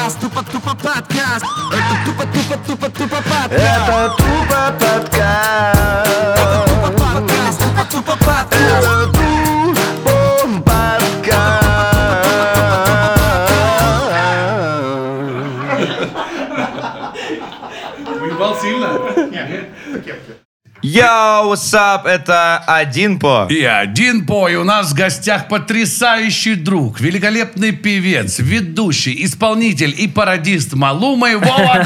подкаст, тупо подкаст. Это тупо подкаст. Это тупо подкаст. Это тупо подкаст, тупо подкаст. Это тупо подкаст. Уебал сильно? Йоу, what's up? Это Один По. И Один По, и у нас в гостях потрясающий друг, великолепный певец, ведущий, исполнитель и пародист Малумы Вова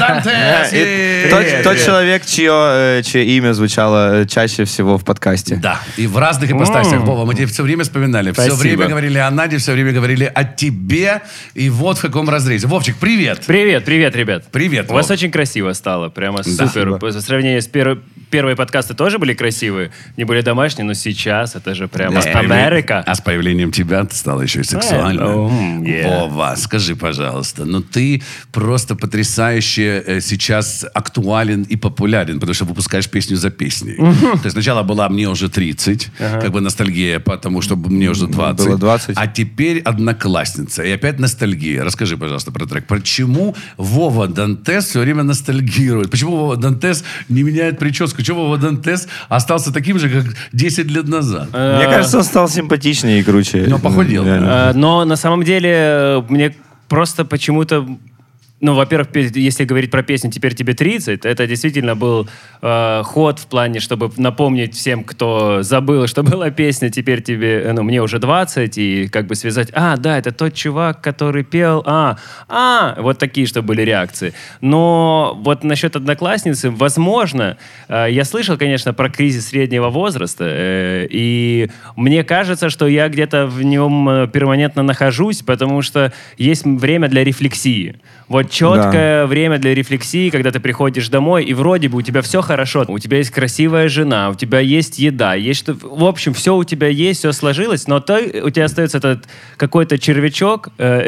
Дантес. Тот человек, чье имя звучало чаще всего в подкасте. Да, и в разных ипостасях. Вова, мы тебе все время вспоминали. Все Спасибо. время говорили о Наде, все время говорили о тебе. И вот в каком разрезе. Вовчик, привет. Привет, ребят. Привет, У вас Вов. очень красиво стало, прямо Да. супер. По сравнению с первые подкасты тоже были красивые, не были домашние, но сейчас это же прямо Америка. А с появлением тебя ты стала еще и сексуальной. yeah. Вова, скажи, пожалуйста, ну ты просто потрясающе сейчас актуален и популярен, потому что выпускаешь песню за песней. То есть сначала была «Мне уже 30», как бы ностальгия, потому что мне уже 20. Было 20. А теперь «Одноклассница». И опять ностальгия. Расскажи, пожалуйста, про трек. Почему Вова Дантес все время ностальгирует? Почему Вова Дантес не меняет прическу? Почему Вова Дантес остался таким же, как 10 лет назад? Мне кажется, он стал симпатичнее и круче. Но похудел. Реально. Но на самом деле мне просто почему-то... Ну, во-первых, если говорить про песню «Теперь тебе 30», это действительно был ход в плане, чтобы напомнить всем, кто забыл, что была песня «Теперь тебе, ну, мне уже 20», и как бы связать, да, это тот чувак, который пел, вот такие, что были реакции. Но вот насчет «Одноклассницы», возможно, я слышал, конечно, про кризис среднего возраста, и мне кажется, что я где-то в нем перманентно нахожусь, потому что есть время для рефлексии. Вот четкое время для рефлексии, когда ты приходишь домой, и вроде бы у тебя все хорошо. У тебя есть красивая жена, у тебя есть еда, есть что... В общем, все у тебя есть, все сложилось, но у тебя остается этот какой-то червячок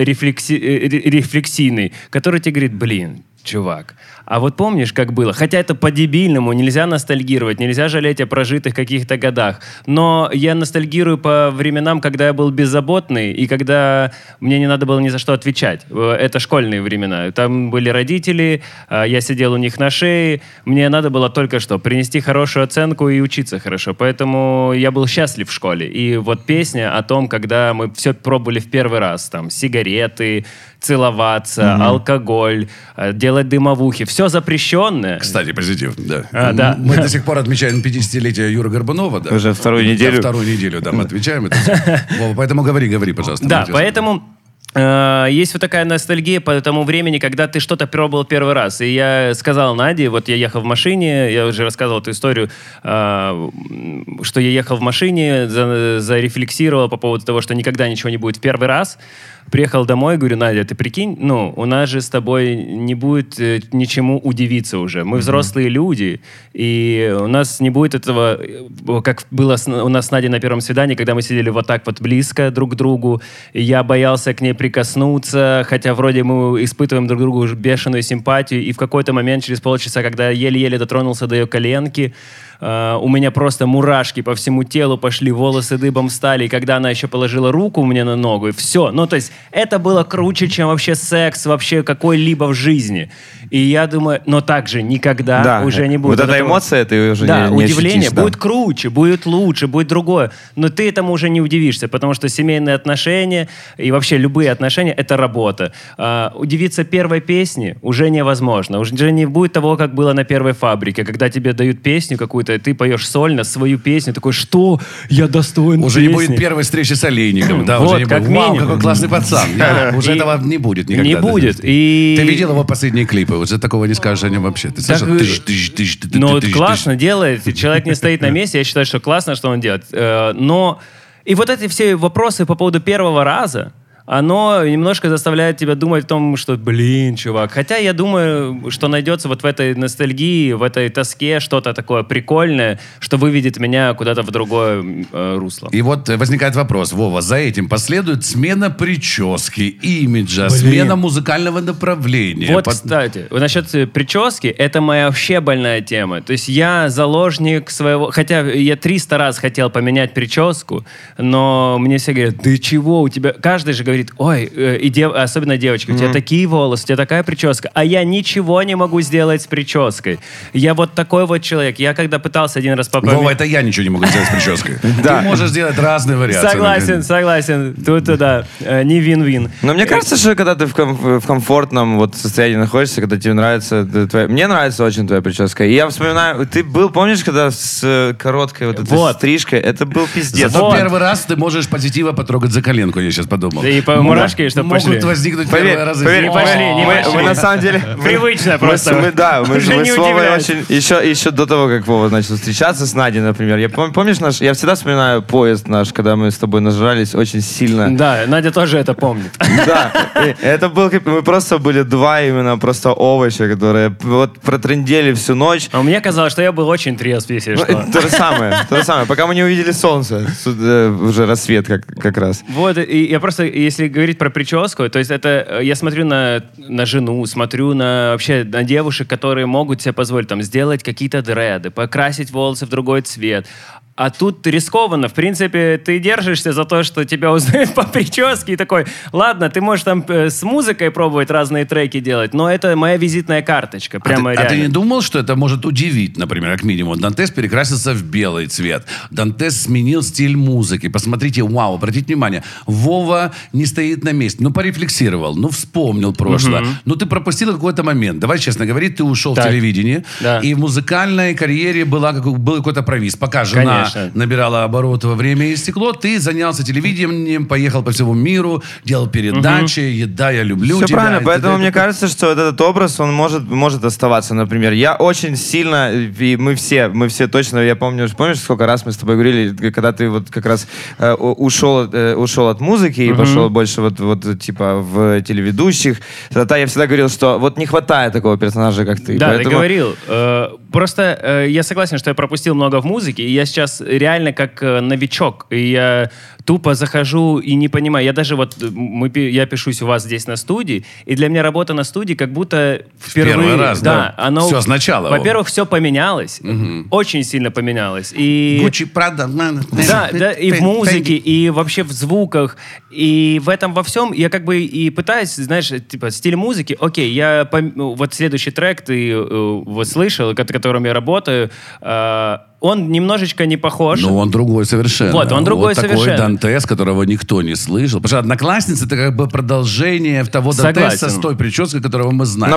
рефлексийный, который тебе говорит, блин, чувак, а вот помнишь, как было? Хотя это по-дебильному, нельзя ностальгировать, нельзя жалеть о прожитых каких-то годах. Но я ностальгирую по временам, когда я был беззаботный, и когда мне не надо было ни за что отвечать. Это школьные времена. Там были родители, я сидел у них на шее, мне надо было только что принести хорошую оценку и учиться хорошо. Поэтому я был счастлив в школе. И вот песня о том, когда мы все пробовали в первый раз. Там сигареты, целоваться, алкоголь, делать дымовухи. Все запрещенное. Кстати, позитив, да. Да. Мы до сих пор отмечаем 50-летие Юры Горбунова. Да? Уже вторую неделю. Да, вторую неделю, да, мы отмечаем это. Вова, поэтому говори, пожалуйста. Да, поэтому есть вот такая ностальгия по тому времени, когда ты что-то пробовал первый раз. И я сказал Наде, вот я ехал в машине, я уже рассказывал эту историю, что я ехал в машине, зарефлексировал по поводу того, что никогда ничего не будет в первый раз. Приехал домой, говорю, Надя, ты прикинь, у нас же с тобой не будет ничему удивиться уже. Мы взрослые люди, и у нас не будет этого, как было у нас с Надей на первом свидании, когда мы сидели вот так вот близко друг к другу, и я боялся к ней прикоснуться, хотя вроде мы испытываем друг другу бешеную симпатию, и в какой-то момент, через полчаса, когда я еле-еле дотронулся до ее коленки, у меня просто мурашки по всему телу пошли, волосы дыбом встали, и когда она еще положила руку мне на ногу, и все. Ну, то есть это было круче, чем вообще секс, вообще какой-либо в жизни. И я думаю, но так же никогда уже не будет. Вот эта эмоция, ты уже не удивление, ощутишь, да. будет круче, будет лучше, будет другое. Но ты этому уже не удивишься, потому что семейные отношения и вообще любые отношения — это работа. Удивиться первой песне уже невозможно. Уже не будет того, как было на первой фабрике, когда тебе дают песню какую-то, и ты поешь сольно свою песню, такой, что? Я достоин уже песни. Не будет первой встречи с Олейником. Да, Вот, уже не как будет. Вау, минимум. какой классный пацан. Уже этого не будет никогда. Не будет. И... Ты видел его последние клипы? Уже такого не скажешь о нем вообще. Ты слышал? Ну, классно делает. Человек не стоит на месте. Я считаю, что классно, что он делает. Но... И вот эти все вопросы по поводу первого раза, оно немножко заставляет тебя думать о том, что, блин, чувак. Хотя я думаю, что найдется вот в этой ностальгии, в этой тоске что-то такое прикольное, что выведет меня куда-то в другое русло. И вот возникает вопрос, Вова, за этим последует смена прически, имиджа, смена музыкального направления. Вот, кстати, насчет прически, это моя вообще больная тема. То есть я заложник своего... Хотя я 300 раз хотел поменять прическу, но мне все говорят, ты чего, у тебя... Каждый же говорит, говорит, ой, особенно девочки, у тебя такие волосы, у тебя такая прическа, а я ничего не могу сделать с прической. Я вот такой вот человек. Я когда пытался один раз Вова, это я ничего не могу сделать с прической. Да. Ты можешь сделать разные вариации. Согласен. Тут, да, не вин-вин. Но мне кажется, что когда ты в комфортном вот состоянии находишься, когда тебе нравится мне нравится очень твоя прическа. И я вспоминаю, ты был, помнишь, когда с короткой вот этой стрижкой, это был пиздец. Зато первый раз ты можешь позитива потрогать за коленку, я сейчас подумал. Да и по мурашке, что пошли. Могут возникнуть первые разы. Не пошли. Мы на самом деле... Привычно просто. Мы Уже не с Вовой удивляюсь. очень... Еще до того, как Вова начал встречаться с Надей, например. Помнишь я всегда вспоминаю поезд наш, когда мы с тобой нажрались очень сильно. Да, Надя тоже это помнит. Да, это был... Мы просто были два именно просто овоща, которые вот протрындели всю ночь. А мне казалось, что я был очень трезв, если что. То же самое. Пока мы не увидели солнце, уже рассвет как раз. Вот, и я просто, если говорить про прическу, то есть это, я смотрю на жену, смотрю вообще на девушек, которые могут себе позволить там сделать какие-то дреды, покрасить волосы в другой цвет. А тут рискованно. В принципе, ты держишься за то, что тебя узнают по прическе и такой, ладно, ты можешь там с музыкой пробовать разные треки делать, но это моя визитная карточка. Прямо А ты реально. не думал, что это может удивить, например, как минимум? Дантес перекрасился в белый цвет. Дантес сменил стиль музыки. Посмотрите, вау, обратите внимание. Вова не стоит на месте. Ну, порефлексировал, ну, вспомнил прошлое. Ну, ты пропустил какой-то момент. Давай честно говорить, ты ушел в телевидение, и в музыкальной карьере был какой-то провис. Пока жена набирала обороты во время и стекло, ты занялся телевидением, поехал по всему миру, делал передачи, еда, я люблю тебя. Все правильно, поэтому мне кажется, что вот этот образ, он может оставаться, например. Я очень сильно, и мы все точно, я помню, помнишь, сколько раз мы с тобой говорили, когда ты вот как раз ушел от музыки и пошел больше вот типа в телеведущих, тогда я всегда говорил, что вот не хватает такого персонажа, как ты. Да, поэтому... ты говорил. Просто я согласен, что я пропустил много в музыке, и я сейчас реально как новичок. И я тупо захожу и не понимаю. Я даже я пишусь у вас здесь на студии, и для меня работа на студии как будто впервые. Первый раз, да. Все сначала. Во-первых, все поменялось. Очень сильно поменялось. И... Gucci, Prada. Да, и в музыке, и вообще в звуках. И в этом во всем я как бы и пытаюсь, знаешь, типа стиль музыки. Окей, вот следующий трек ты вот слышал, с которым я работаю, он немножечко не похож. Но он другой совершенно. Вот, он другой совершенно. Такой Дантес, которого никто не слышал. Потому что «Одноклассница» — это как бы продолжение того Дантеса с той прической, которого мы знаем.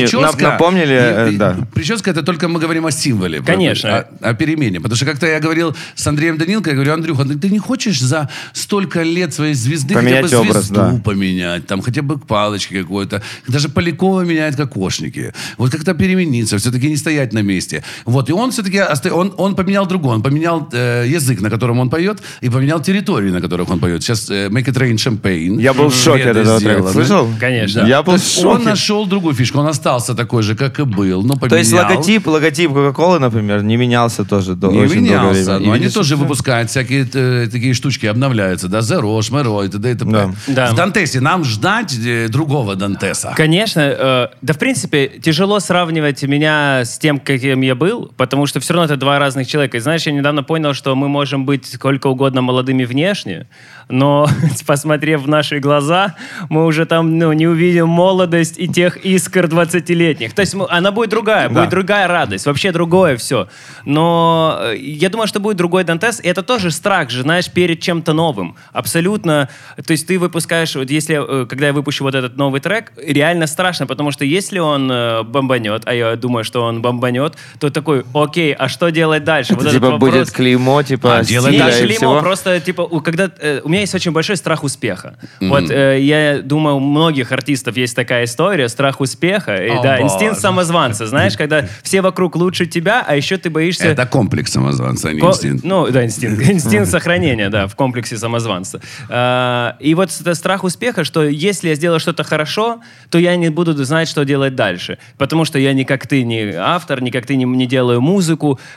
Напомнили, да. Прическа — это только мы говорим о символе. Конечно. О перемене. Потому что как-то я говорил с Андреем Данилко, я говорю, Андрюха, ты не хочешь за столько лет своей звезды поменять хотя бы образ, звезду поменять? Там хотя бы палочки какой-то. Даже Полякова меняет кокошники. Вот как-то перемениться, все-таки не стоять на месте. Вот, и он все-таки, он поменял другое. Он поменял язык, на котором он поет, и поменял территории, на которых он поет. Сейчас «Make it rain champagne». Я был в шоке от этого трека. Слышал? Конечно. Да. Я был в шоке. Он нашел другую фишку. Он остался такой же, как и был, но поменял. То есть логотип Кока-Колы, например, не менялся тоже очень долгое время. Не менялся. Но они тоже выпускают всякие такие штучки, обновляются. Да, Zero, Шмеро и т.д. и т.п. Да. В Дантесе нам ждать другого Дантеса. Конечно. Да, в принципе, тяжело сравнивать меня с тем, каким я был, потому что все равно это два разных человека. И знаешь, я недавно понял, что мы можем быть сколько угодно молодыми внешне, но, посмотрев в наши глаза, мы уже там не увидим молодость и тех искр 20-летних. То есть она будет другая, будет другая радость, вообще другое все. Но я думаю, что будет другой Дантес, и это тоже страх же, знаешь, перед чем-то новым. Абсолютно. То есть ты выпускаешь, вот если, когда я выпущу вот этот новый трек, реально страшно, потому что если он бомбанет, а я думаю, что он бомбанет, то такой, окей, а что делать дальше? Это вот типа будет клеймо, типа делать дальше клеймо, всего? Просто типа, когда у меня есть очень большой страх успеха. Вот я думаю, у многих артистов есть такая история, страх успеха, и, да, инстинкт самозванца, знаешь, когда все вокруг лучше тебя, а еще ты боишься... Это комплекс самозванца, а не инстинкт. Ну, да, инстинкт сохранения, да, в комплексе самозванца. И вот это страх успеха, что если я сделаю что-то хорошо, то я не буду знать, что делать дальше. Потому что я не как ты, не автор, не как ты не делаю музыку,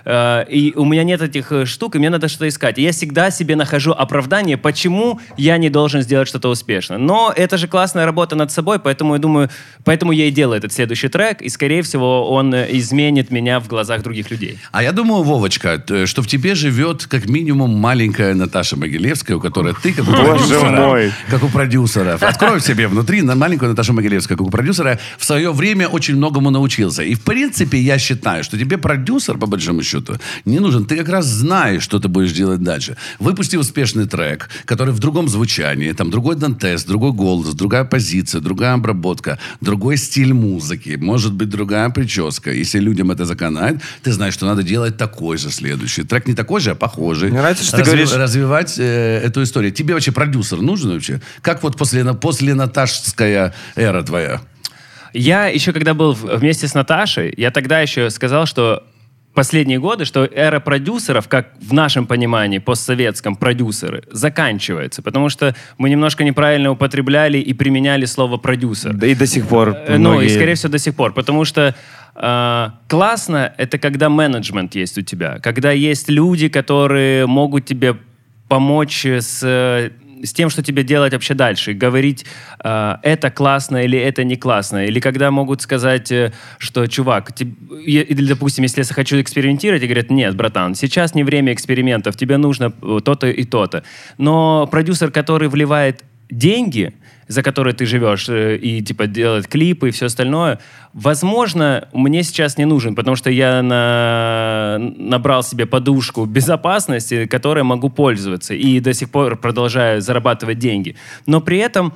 и у меня нет этих штук, и мне надо что-то искать. И я всегда себе нахожу оправдание, почему я не должен сделать что-то успешно. Но это же классная работа над собой, поэтому я думаю, поэтому я и делаю этот следующий трек, и, скорее всего, он изменит меня в глазах других людей. А я думаю, Вовочка, что в тебе живет как минимум маленькая Наташа Могилевская, у которой ты, как у продюсера, как у продюсеров. Открой в себе внутри маленькую Наташу Могилевскую, как у продюсера, в свое время очень многому научился. И, в принципе, я считаю, что тебе продюсер, по большому счету, не нужен. Ты как раз знаешь, что ты будешь делать дальше. Выпусти успешный трек, который в другом звучании, там другой дантест, другой голос, другая позиция, другая обработка, другой стиль музыки, может быть, другая прическа. Если людям это заканает, ты знаешь, что надо делать такой же следующий. Трек не такой же, а похожий. Мне нравится, что ты говоришь... Развивать эту историю. Тебе вообще продюсер нужен вообще? Как вот после наташская эра твоя? Я еще, когда был вместе с Наташей, я тогда еще сказал, что последние годы, что эра продюсеров, как в нашем понимании, постсоветском, продюсеры, заканчивается, потому что мы немножко неправильно употребляли и применяли слово продюсер. Да и до сих пор. Ну, и, скорее всего, до сих пор, потому что классно — это когда менеджмент есть у тебя, когда есть люди, которые могут тебе помочь с тем, что тебе делать вообще дальше. Говорить, это классно или это не классно. Или когда могут сказать, что, чувак, или, допустим, если я хочу экспериментировать, и говорят, нет, братан, сейчас не время экспериментов, тебе нужно то-то и то-то. Но продюсер, который вливает деньги, за которые ты живешь, и типа делать клипы и все остальное, возможно, мне сейчас не нужен, потому что я набрал себе подушку безопасности, которой могу пользоваться, и до сих пор продолжаю зарабатывать деньги. Но при этом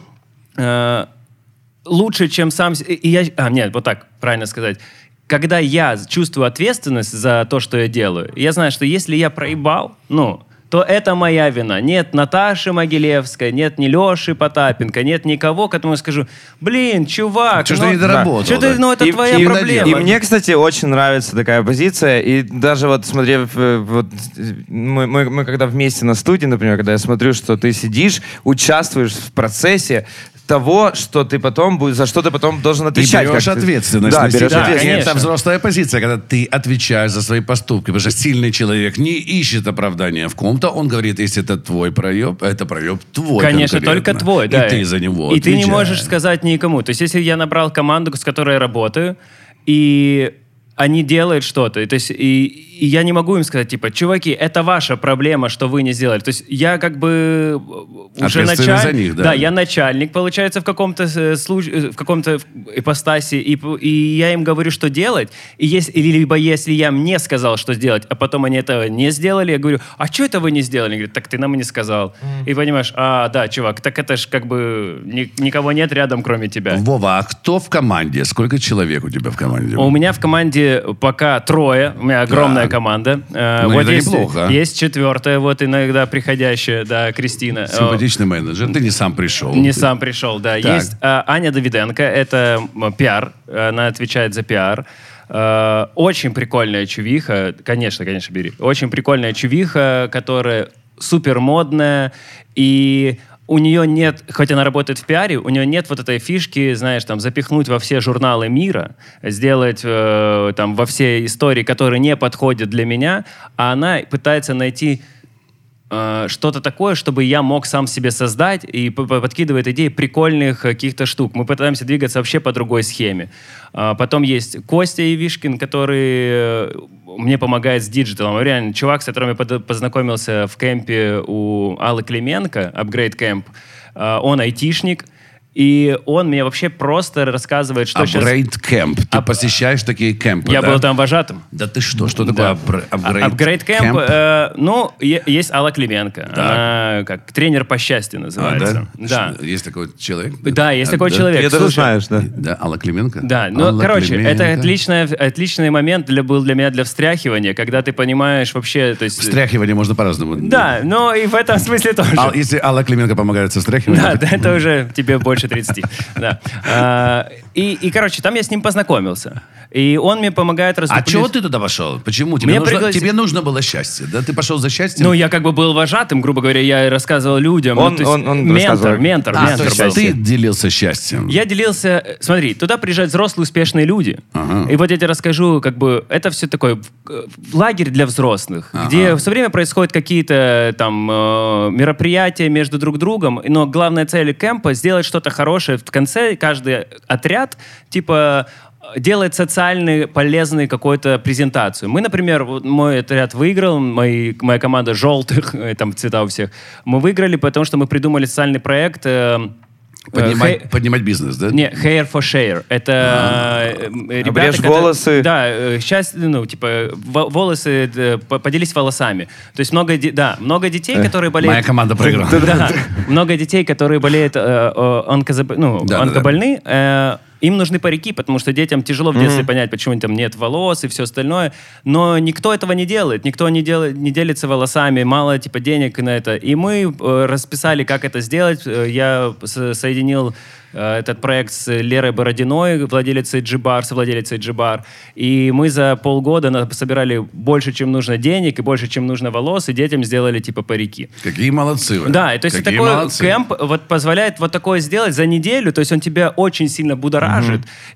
лучше, чем сам... Нет, вот так правильно сказать. Когда я чувствую ответственность за то, что я делаю, я знаю, что если я проебал, то это моя вина. Нет Наташи Могилевской, нет ни Леши Потапенко, нет никого, которому я скажу, блин, чувак, что ты не доработал. Что ты, это твоя проблема. И мне, кстати, очень нравится такая позиция. И даже вот смотри, мы когда вместе на студии, например, когда я смотрю, что ты сидишь, участвуешь в процессе того, что ты потом за что ты потом должен отвечать. И берешь ответственность на себя. Берешь ответственность. Это взрослая позиция, когда ты отвечаешь за свои поступки. Потому что сильный человек не ищет оправдания в ком-то. Он говорит, если это твой проеб, это проеб твой. Конечно, только твой. Да. И ты за него И отвечаешь. ты не можешь сказать никому. То есть, если я набрал команду, с которой я работаю, и они делают что-то. То есть, и я не могу им сказать, типа, чуваки, это ваша проблема, что вы не сделали. То есть я как бы уже начальник. За них, да. Да, я начальник, получается, в каком-то случае, в каком-то ипостаси, и я им говорю, что делать. И либо если я им не сказал, что сделать, а потом они этого не сделали, я говорю, а что это вы не сделали? Они говорят, так ты нам и не сказал. И понимаешь, да, чувак, так это ж как бы никого нет рядом, кроме тебя. Вова, а кто в команде? Сколько человек у тебя в команде? У меня в команде пока 3. У меня огромная команда. Вот это есть, неплохо. Есть 4-я, вот иногда приходящая, да, Кристина. Симпатичный менеджер. Ты не сам пришел. Не сам пришел, да. Так. Есть Аня Давиденко, это пиар. Она отвечает за пиар. Очень прикольная чувиха. Конечно, бери. Очень прикольная чувиха, которая супер модная. И у нее нет, хоть она работает в пиаре, у нее нет вот этой фишки, знаешь, там, запихнуть во все журналы мира, сделать там во все истории, которые не подходят для меня, а она пытается найти что-то такое, чтобы я мог сам себе создать, и подкидывает идеи прикольных каких-то штук. Мы пытаемся двигаться вообще по другой схеме. Потом есть Костя Ивишкин, который мне помогает с диджиталом. Реально, чувак, с которым я познакомился в кемпе у Аллы Клименко, Upgrade Camp, он айтишник, и он мне вообще просто рассказывает, что сейчас... Upgrade Camp. Ты посещаешь такие кемпы, Я был там вожатым. Да ты что? Что такое Upgrade Camp? Есть Алла Клименко. Да. Она как тренер по счастью называется. Да? Есть такой человек? Да, есть такой человек. Я даже знаешь, да. Да, Алла Клименко? Да, Алла короче, Клименко. это отличный момент был для меня для встряхивания, когда ты понимаешь вообще... То есть, Встряхивание можно по-разному. Да, но и в этом смысле тоже. Если Алла Клименко помогает со встряхиванием... Да, это уже тебе больше больше 30. Да. И, короче, там я с ним познакомился. И он мне помогает раздуплить. А чего ты туда пошел? Почему? Тебе нужно было счастье, да? Ты пошел за счастьем? Ну, я как бы был вожатым, грубо говоря, я рассказывал людям. Он ментор. То есть ты делился счастьем? Я делился... Смотри, туда приезжают взрослые успешные люди. И вот я тебе расскажу, как бы, это все такой лагерь для взрослых, где все время происходят какие-то там мероприятия между друг другом, но главная цель кемпа — сделать что-то хорошее в конце. Каждый отряд, типа... делает социальную, полезную какую-то презентацию. Мы, например, вот мой отряд выиграл, моя команда желтых, там цвета у всех, мы выиграли, потому что мы придумали социальный проект... Поднимать бизнес, да? Не, Hair for Share. Это ребята... Обрежь волосы. Да, сейчас, ну, типа, волосы, поделись волосами. То есть много детей, которые болеют... Моя команда проиграла. Да, много детей, которые болеют онкобольны, им нужны парики, потому что детям тяжело в детстве понять, почему там нет волос и все остальное. Но никто этого не делает. Никто не делится волосами, мало типа денег на это. И мы расписали, как это сделать. Я соединил этот проект с Лерой Бородиной, совладелицей G-Bar. И мы за полгода собирали больше, чем нужно денег, и больше, чем нужно волос, и детям сделали типа парики. Какие молодцы вы. Да, и то есть такой кемп вот позволяет вот такое сделать за неделю, то есть он тебя очень сильно будоражит,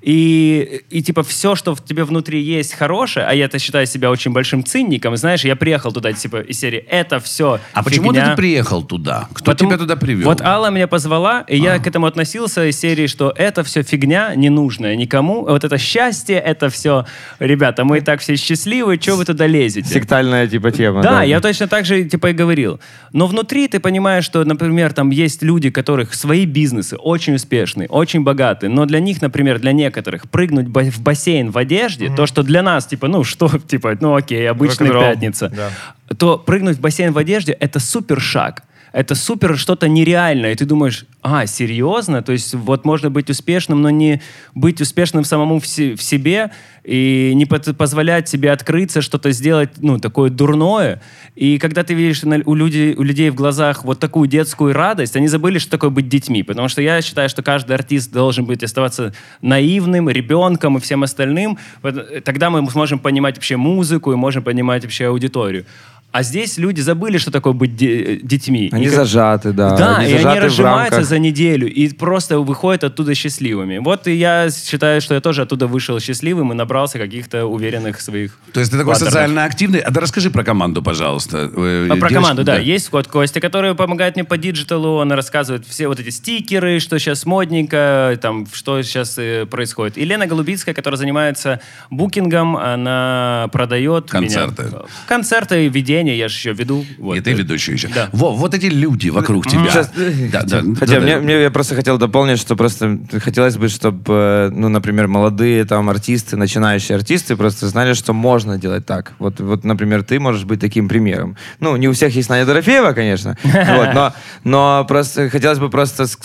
и типа все, что в тебе внутри есть хорошее, а я-то считаю себя очень большим цинником, знаешь, я приехал туда типа из серии «это все А почему ты приехал туда? Кто тебя туда привел? Вот Алла меня позвала, и я к этому относился из серии, что это все фигня ненужная никому. Вот это счастье, это все... Ребята, мы и так все счастливы, что вы туда лезете? Сектальная типа тема. Да, я точно так же типа и говорил. Но внутри ты понимаешь, что, например, там есть люди, которых свои бизнесы очень успешные, очень богатые, но для них, например, для некоторых прыгнуть в бассейн в одежде, то, что для нас, типа, ну что, типа, ну окей, обычная пятница, то прыгнуть в бассейн в одежде — это супер шаг. Это супер что-то нереальное. И ты думаешь, серьезно? То есть вот можно быть успешным, но не быть успешным самому в себе и не позволять себе открыться, что-то сделать, ну, такое дурное. И когда ты видишь у людей в глазах вот такую детскую радость, они забыли, что такое быть детьми. Потому что я считаю, что каждый артист должен оставаться наивным, ребенком и всем остальным. Тогда мы сможем понимать вообще музыку и можем понимать вообще аудиторию. А здесь люди забыли, что такое быть детьми. Они зажаты, да. Да, и они разжимаются за неделю и просто выходят оттуда счастливыми. Вот и я считаю, что я тоже оттуда вышел счастливым и набрался каких-то уверенных своих То есть ты такой социально активный? А да расскажи про команду, пожалуйста. Про команду, да. Есть кот Костя, который помогает мне по диджиталу. Он рассказывает все вот эти стикеры, что сейчас модненько, там, что сейчас происходит. И Лена Голубицкая, которая занимается букингом, она продает... Концерты и ведение. Я же еще веду. Вот. И ты ведущий еще. Да. Вот эти люди вокруг тебя. Я просто хотел дополнить, что просто хотелось бы, чтобы, ну, например, молодые там артисты, начинающие артисты просто знали, что можно делать так. Вот, например, ты можешь быть таким примером. Ну, не у всех есть Надя Дорофеева, конечно, но просто хотелось бы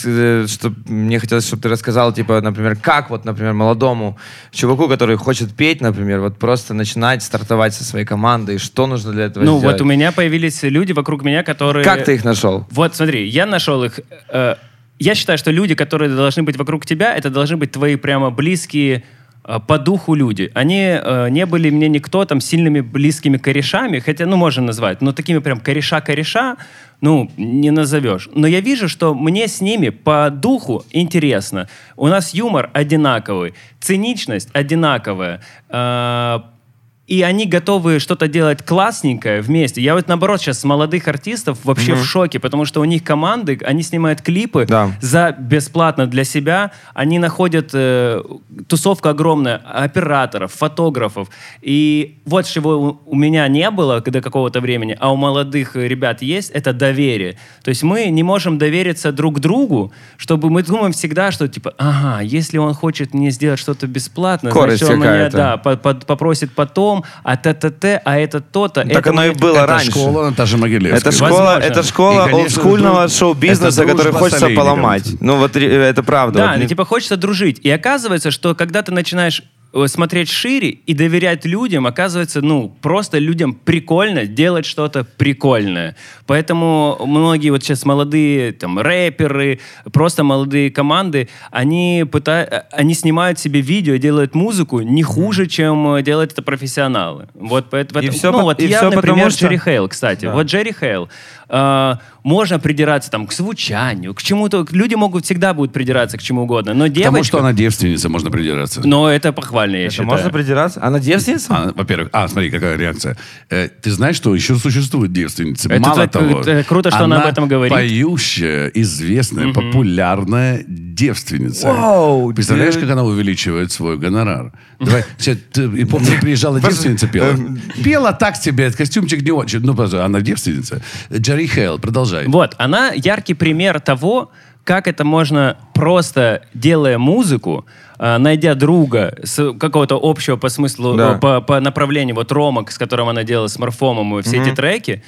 мне хотелось, чтобы ты рассказал, типа, например, как вот, например, молодому чуваку, который хочет петь, например, вот просто начинать стартовать со своей командой, что нужно для этого сделать? Вот у меня появились люди вокруг меня, которые... Как ты их нашел? Вот смотри, я нашел их... Я считаю, что люди, которые должны быть вокруг тебя, это должны быть твои прямо близкие по духу люди. Они не были мне никто там сильными близкими корешами, хотя, ну, можно назвать, но такими прям кореша, ну, не назовешь. Но я вижу, что мне с ними по духу интересно. У нас юмор одинаковый, циничность одинаковая, и они готовы что-то делать классненькое вместе. Я вот, наоборот, сейчас с молодых артистов вообще в шоке, потому что у них команды, они снимают клипы за бесплатно для себя. Они находят тусовка огромная операторов, фотографов. И вот чего у меня не было до какого-то времени, а у молодых ребят есть, это доверие. То есть мы не можем довериться друг другу, чтобы мы думаем всегда, что типа, если он хочет мне сделать что-то бесплатно, значит, он меня попросит потом, а это то-то. Так оно и было раньше. Это школа Наташи Могилевской. Это школа олдскульного шоу-бизнеса, который хочется поломать. Ну вот это правда. Да, типа хочется дружить. И оказывается, что когда ты начинаешь смотреть шире и доверять людям. Оказывается, просто людям прикольно делать что-то прикольное. Поэтому многие вот сейчас молодые там рэперы, просто молодые команды, они снимают себе видео, делают музыку не хуже, чем делают это профессионалы. Вот поэтому, явный пример Джерри Хейл, кстати. Да. Вот Джерри Хейл. Можно придираться там к звучанию, к чему-то. Люди всегда будут придираться к чему угодно. Но девочка... Потому что она девственница, можно придираться. Но это похвально, я считаю. Можно придираться? Она девственница? Во-первых, смотри, какая реакция. Ты знаешь, что еще существуют девственницы? Мало того, это круто, что она об этом говорит. Поющая, известная, популярная девственница. Wow, представляешь, как она увеличивает свой гонорар? Давай, и помню, приезжала девственница, пела. Пела так себе, костюмчик не очень. Она девственница. Джерри Хейл, продолжай. Вот, она яркий пример того, как это можно просто, делая музыку, найдя друга с какого-то общего по смыслу, по направлению, вот Ромок, с которым она делала с Морфомом и все эти треки,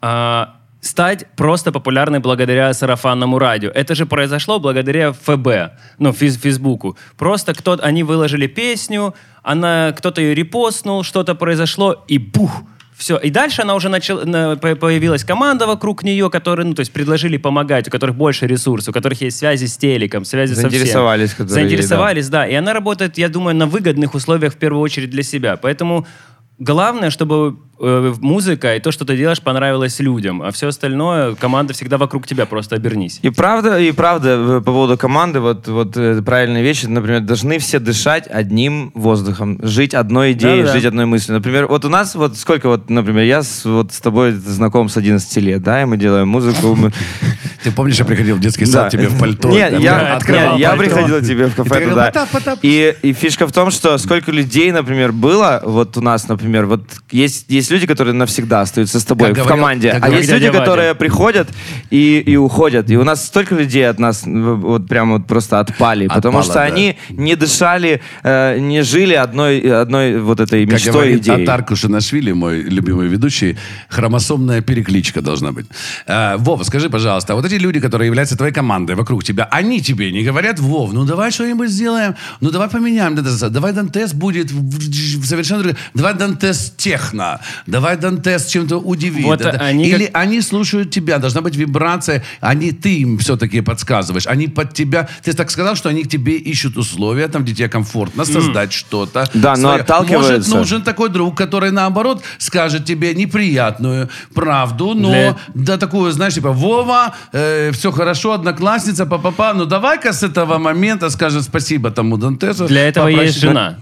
стать просто популярной благодаря сарафанному радио. Это же произошло благодаря ФБ, Фейсбуку. Просто они выложили песню, кто-то ее репостнул, что-то произошло, и бух! Все. И дальше она уже появилась команда вокруг нее, которые, предложили помогать, у которых больше ресурсов, у которых есть связи с телеком, связи со всем. Заинтересовались, да. И она работает, я думаю, на выгодных условиях в первую очередь для себя. Поэтому главное, чтобы музыка и то, что ты делаешь, понравилось людям, а все остальное, команда всегда вокруг тебя, просто обернись. И правда, по поводу команды, вот правильные вещи, например, должны все дышать одним воздухом, жить одной идеей, жить одной мыслью. Например, вот у нас, например, я с тобой знаком с 11 лет, да, и мы делаем музыку. Ты помнишь, я приходил в детский сад тебе в пальто? Нет, я приходил тебе в кафе туда. И фишка в том, что сколько людей, например, было, вот у нас, например, вот есть люди, которые навсегда остаются с тобой в команде, а есть люди, которые приходят и уходят. И у нас столько людей от нас вот прямо вот просто отпали, потому что они не дышали, не жили одной вот этой мечтой, идеей. Как говорит Атар Кушанашвили, мой любимый ведущий, хромосомная перекличка должна быть. Вова, скажи, пожалуйста, а вот эти люди, которые являются твоей командой вокруг тебя, они тебе не говорят: Вов, давай что-нибудь сделаем, давай поменяем, давай Дантес будет совершенно другой, давай Дантес техно, давай Дантес чем-то удиви. Вот Или они слушают тебя, должна быть вибрация, ты им все-таки подсказываешь, они под тебя, ты так сказал, что они к тебе ищут условия, там, где тебе комфортно создать что-то. Да, но отталкиваются. Может, нужен такой друг, который, наоборот, скажет тебе неприятную правду, но такую, знаешь, типа: Вова, все хорошо, одноклассница, давай-ка с этого момента скажет спасибо тому Дантесу. Для этого есть жена.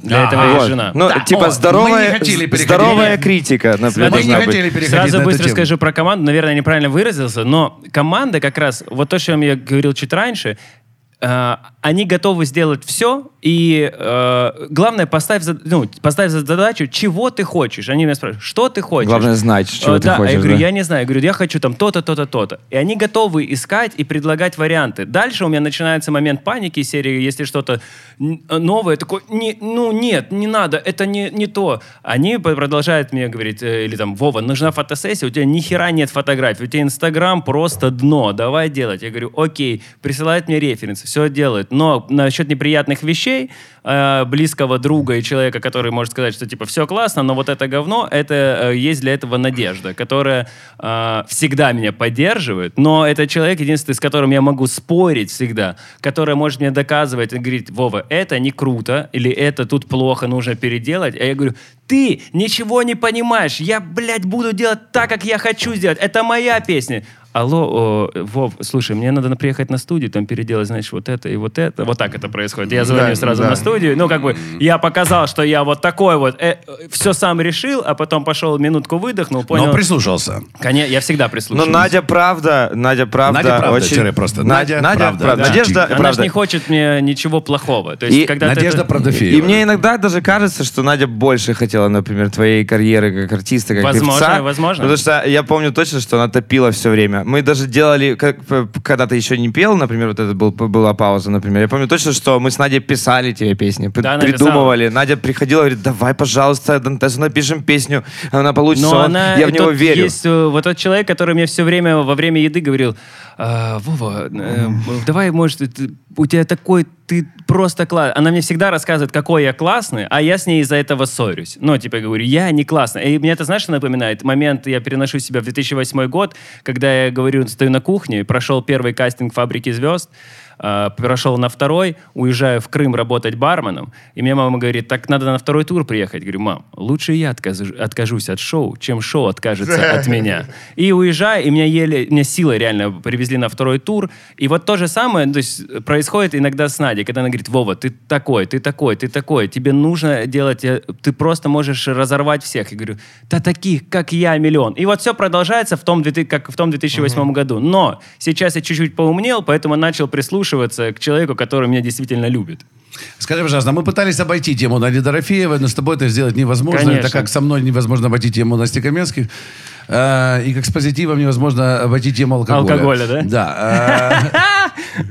Здоровая критика, например, должна быть. Сразу быстро скажу про команду, наверное, я неправильно выразился, но команда как раз, вот то, о чем я говорил чуть раньше, они готовы сделать все, и главное, поставь задачу, чего ты хочешь. Они меня спрашивают: что ты хочешь? Главное знать, чего ты хочешь. Я говорю, я не знаю. Я говорю, я хочу там то-то, то-то, то-то. И они готовы искать и предлагать варианты. Дальше у меня начинается момент паники, серии, если что-то новое, такой: нет, не надо, это не то. Они продолжают мне говорить, или там: Вова, нужна фотосессия, у тебя ни хера нет фотографий, у тебя Инстаграм просто дно, давай делать. Я говорю: окей, присылают мне референсы, все делают. Но насчет неприятных вещей, близкого друга и человека, который может сказать, что типа все классно, но вот это говно, это есть для этого Надежда, которая всегда меня поддерживает, но это человек единственный, с которым я могу спорить всегда, который может мне доказывать и говорить: Вова, это не круто, или это тут плохо, нужно переделать. А я говорю: ты ничего не понимаешь, я, буду делать так, как я хочу сделать, это моя песня. Алло, Вов, слушай, мне надо приехать на студию, там переделать, знаешь, вот это и вот это. Вот так это происходит. Я звоню сразу на студию. Я показал, что я вот такой вот, все сам решил, а потом пошел, минутку выдохнул, понял. Но прислушался. Конечно, я всегда прислушиваюсь. Но Надя правда очень... просто. Надя правда. Надежда правда. Она же не хочет мне ничего плохого. То есть, когда Надежда Правдофеева. И мне иногда даже кажется, что Надя больше хотела, например, твоей карьеры как артиста, как певца. Возможно. Потому что я помню точно, что она топила все время. Мы даже делали, когда ты еще не пел, например, вот это была пауза, например. Я помню точно, что мы с Надей писали тебе песни, придумывали. Надя приходила и говорит: давай, пожалуйста, Дантесу напишем песню, она получится, я в него верю. Есть вот тот человек, который мне все время во время еды говорил: Вова, давай, может, у тебя такой, ты просто классно. Она мне всегда рассказывает, какой я классный, а я с ней из-за этого ссорюсь. Ну, типа, я говорю, я не классный. И мне это, знаешь, что напоминает? Момент, я переношу себя в 2008 год, когда я говорю, стою на кухне, прошел первый кастинг «Фабрики звезд», прошел на второй, уезжаю в Крым работать барменом, и мне мама говорит, так надо на второй тур приехать. Говорю, мам, лучше я откажусь от шоу, чем шоу откажется от меня. И уезжаю, и меня силой реально привезли на второй тур. И вот то же самое, то есть, происходит иногда с Надей, когда она говорит, Вова, ты такой, тебе нужно делать, ты просто можешь разорвать всех. Я говорю, да таких, как я, миллион. И вот все продолжается как в том 2008 году. Но сейчас я чуть-чуть поумнел, поэтому начал прислушиваться к человеку, который меня действительно любит. Скажи, пожалуйста, мы пытались обойти тему Нади Дорофеевой, но с тобой это сделать невозможно. Конечно. Это как со мной невозможно обойти тему Насти Каменских. И как с позитивом невозможно обойти тему алкоголя. Алкоголя, да? Да.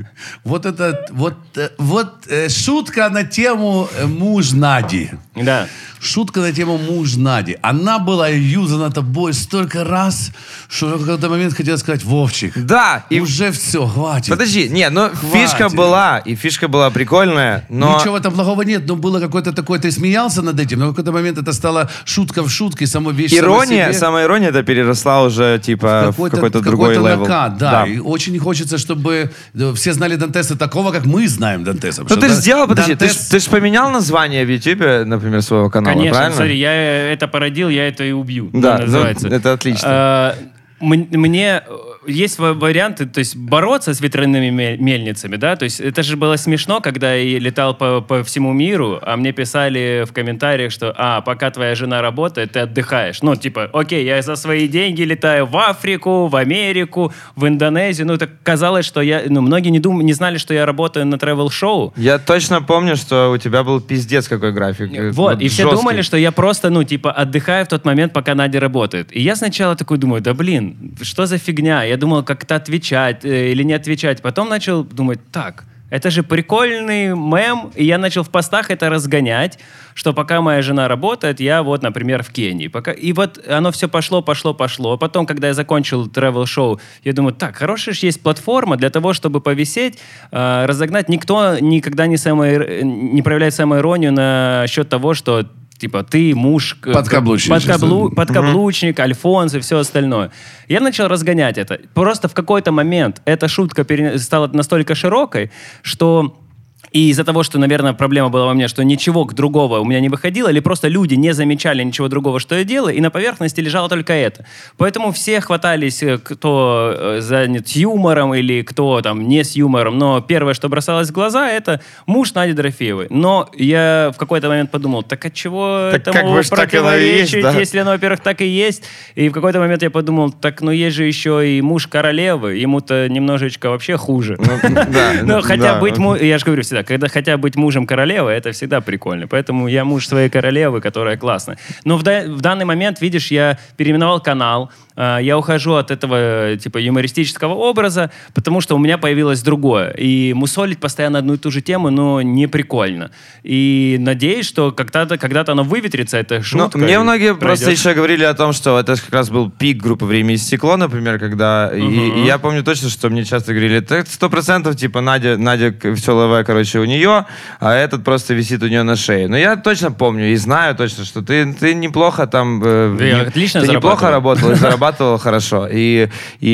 Вот шутка на тему муж Нади. Да. Шутка на тему муж Нади. Она была юзана тобой столько раз, что в какой-то момент хотела сказать, Вовчик, Да, и уже все, хватит. подожди, фишка Хватит. была, и фишка была прикольная, но... Ничего в этом плохого нет, но было какое-то такое, ты смеялся над этим, но в какой-то момент это стало шутка в шутке, самой вещь Ирония, самая ирония, это переросла уже, типа, в какой-то другой левел. Да, и очень хочется, чтобы все знали Дантеса такого, как мы знаем Дантеса. Ну ты же сделал, подожди, ты ж поменял название в YouTube, например, своего канала, Конечно, правильно? смотри, я это породил, я это и убью. Да, называется. это отлично. Мне есть варианты, то есть бороться с ветряными мельницами, да, то есть это же было смешно, когда я летал по всему миру, а мне писали в комментариях, что, пока твоя жена работает, ты отдыхаешь. Ну, типа, окей, я за свои деньги летаю в Африку, в Америку, в Индонезию. Ну, так казалось, что многие не знали, что я работаю на travel-шоу. Я точно помню, что у тебя был пиздец какой график. Вот, и все жесткий. думали, что я просто, отдыхаю в тот момент, пока Надя работает. И я сначала такой думаю, да блин, что за фигня? Я думал, как-то отвечать или не отвечать. Потом начал думать, так, это же прикольный мем, и я начал в постах это разгонять, что пока моя жена работает, я вот, например, в Кении. И вот оно все пошло. Потом, когда я закончил travel-шоу, я думаю, так, хорошая же есть платформа для того, чтобы повисеть, разогнать. Никто никогда не проявляет самоиронию насчет того, что типа, ты муж... Подкаблучник, Альфонс и все остальное. Я начал разгонять это. Просто в какой-то момент эта шутка стала настолько широкой, что... И из-за того, что, наверное, проблема была во мне, что ничего другого у меня не выходило, или просто люди не замечали ничего другого, что я делаю, и на поверхности лежало только это. Поэтому все хватались, кто занят юмором или кто там не с юмором, но первое, что бросалось в глаза, это муж Нади Дорофеевой. Но я в какой-то момент подумал, так от чего этому противоречить, если оно, во-первых, так и есть. И в какой-то момент я подумал, так, есть же еще и муж королевы, ему-то немножечко вообще хуже. Но хотя быть, я же говорю всегда, когда хотя быть мужем королевы, это всегда прикольно. Поэтому я муж своей королевы, которая классная. Но в данный момент, видишь, я переименовал канал, я ухожу от этого типа юмористического образа, потому что у меня появилось другое. И мусолить постоянно одну и ту же тему, но не прикольно. И надеюсь, что когда-то оно выветрится, эта шутка. Мне многие просто еще говорили о том, что это как раз был пик группы «Время и стекло», например, когда... И я помню точно, что мне часто говорили, так 100% типа Надя все левая, короче, у нее, а этот просто висит у нее на шее. Но я точно помню и знаю точно, что ты неплохо там... отлично ты неплохо работал и зарабатывал хорошо. И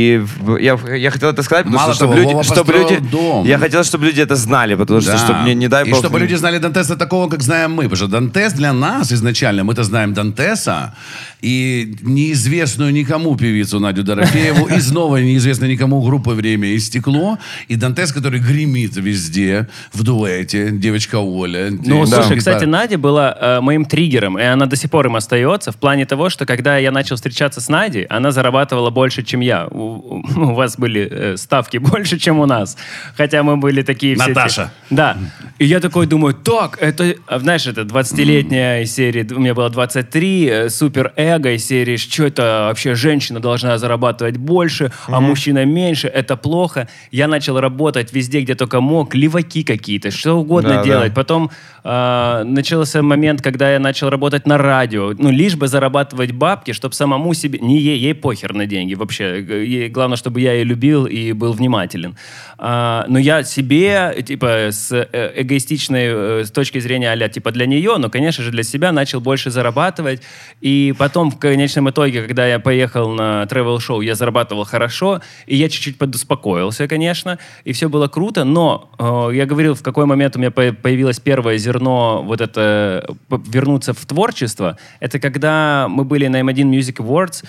я хотел это сказать, потому что чтобы люди... Я хотел, чтобы люди это знали, потому что, чтобы не дай бог... И чтобы люди знали Дантеса такого, как знаем мы. Потому что Дантес для нас изначально, мы-то знаем Дантеса и неизвестную никому певицу Надю Дорофееву, из новой неизвестной никому группы «Время и стекло», и Дантес, который гремит везде, в дуэте, девочка Оля. Слушай, кстати, Надя была моим триггером, и она до сих пор им остается, в плане того, что когда я начал встречаться с Надей, она зарабатывала больше, чем я. У вас были ставки больше, чем у нас. Хотя мы были такие все... Наташа. Да. И я такой думаю, так, это, знаешь, это 20-летняя серия, у меня было 23, супер эго из серии, что это вообще женщина должна зарабатывать больше, а мужчина меньше, это плохо. Я начал работать везде, где только мог, леваки какие-то, что угодно делать. Потом начался момент, когда я начал работать на радио, лишь бы зарабатывать бабки, чтобы самому себе... Не ей похер на деньги вообще. Ей главное, чтобы я ее любил и был внимателен. Но я себе, типа, с эгоистичной с точки зрения а-ля, типа, для нее, но, конечно же, для себя начал больше зарабатывать. И потом, в конечном итоге, когда я поехал на travel-шоу, я зарабатывал хорошо, и я чуть-чуть подуспокоился, конечно, и все было круто, но я говорил, в какой момент у меня появилось первое зерно вот это вернуться в творчество. Это когда мы были на M1 Music Awards,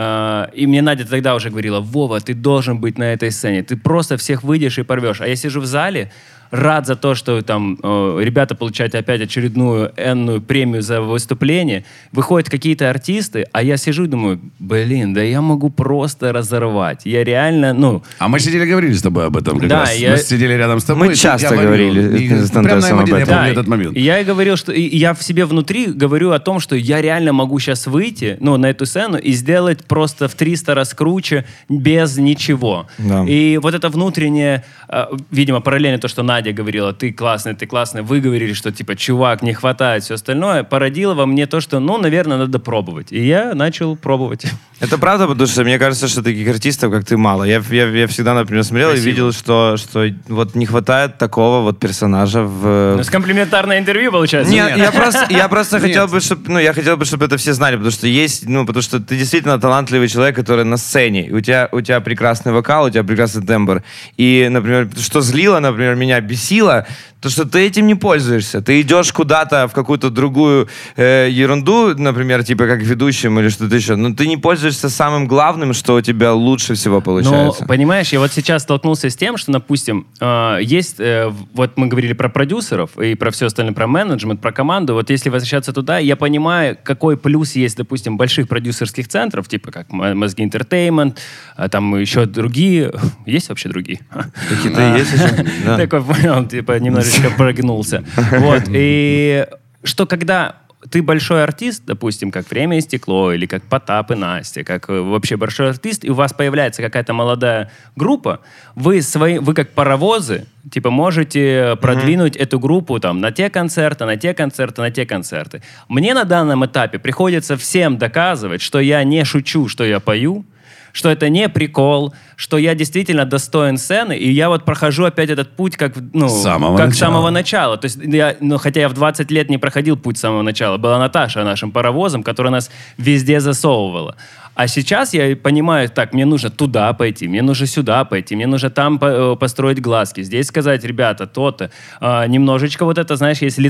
и мне Надя тогда уже говорила: Вова, ты должен быть на этой сцене, ты просто всех выйдешь и порвешь. А я сижу в зале, рад за то, что там ребята получают опять очередную энную премию за выступление. Выходят какие-то артисты, а я сижу и думаю: блин, да я могу просто разорвать. Я реально, ну... А мы сидели, говорили с тобой об этом как раз. Мы сидели рядом с тобой. Мы часто говорили с Антосом об этом. Я помню этот момент. Я и говорил, что я в себе внутри говорю о том, что я реально могу сейчас выйти, ну, на эту сцену и сделать просто в 300 раз круче, без ничего. Да. И вот это внутреннее, видимо, параллельно то, что Надя говорила: ты классный, вы говорили, что, типа, чувак, не хватает, все остальное, породило во мне то, что, ну, наверное, надо пробовать. И я начал пробовать. Это правда, потому что мне кажется, что таких артистов, как ты, мало. Я всегда, например, смотрел Спасибо. И видел, что вот не хватает такого вот персонажа в... Ну, с комплиментарное интервью, получается? Нет, я просто хотел бы, чтобы это все знали, потому что ты действительно талантливый человек, который на сцене. У тебя прекрасный вокал, у тебя прекрасный тембр. И, например, что злило, например, меня бесило, то, что ты этим не пользуешься. Ты идешь куда-то в какую-то другую ерунду, например, типа как ведущим или что-то еще, но ты не пользуешься самым главным, что у тебя лучше всего получается. Ну, понимаешь, я вот сейчас столкнулся с тем, что, допустим, есть, вот мы говорили про продюсеров и про все остальное, про менеджмент, про команду. Вот если возвращаться туда, я понимаю, какой плюс есть, допустим, больших продюсерских центров, типа как Мозги Entertainment, там еще другие. Есть вообще другие? Какие-то есть еще? Да. Такой, понял, типа немножечко прогнулся. Вот, и что когда ты большой артист, допустим, как «Время и стекло», или как Потап и Настя, как вообще большой артист, и у вас появляется какая-то молодая группа, вы как паровозы, типа, можете продвинуть эту группу там на те концерты, на те концерты, на те концерты. Мне на данном этапе приходится всем доказывать, что я не шучу, что я пою, что это не прикол, что я действительно достоин сцены, и я вот прохожу опять этот путь как с самого начала. То есть хотя я в 20 лет не проходил путь с самого начала. Была Наташа нашим паровозом, которая нас везде засовывала. А сейчас я понимаю, так, мне нужно туда пойти, мне нужно сюда пойти, мне нужно там построить глазки, здесь сказать: ребята, то-то. Немножечко вот это, знаешь, есть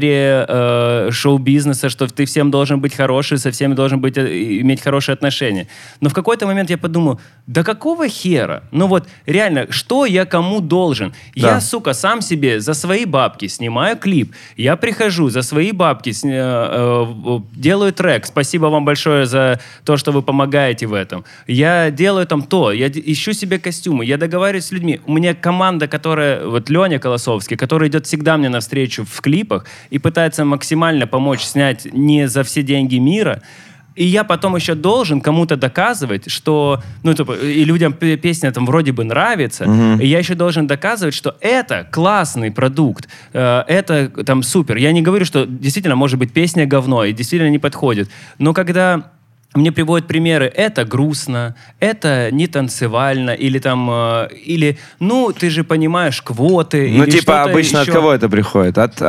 лицемерие шоу-бизнеса, что ты всем должен быть хороший, со всеми должен иметь хорошие отношения. Но в какой-то момент я подумал: да какого хера? Ну вот реально, что я кому должен? Да. Я, сука, сам себе за свои бабки снимаю клип, я прихожу за свои бабки, делаю трек, спасибо вам большое за то, что вы помогаете в этом. Я делаю там то, я ищу себе костюмы, я договариваюсь с людьми. У меня команда, которая, вот Леня Колосовский, который идет всегда мне навстречу в клипах и пытается максимально помочь снять не за все деньги мира. И я потом еще должен кому-то доказывать, что... и людям песня там вроде бы нравится, и я еще должен доказывать, что это классный продукт, это там супер. Я не говорю, что действительно, может быть, песня говно и действительно не подходит. Но когда... Мне приводят примеры: это грустно, это не танцевально, или там, ты же понимаешь, квоты. Ну, или типа, обычно еще. От кого это приходит? От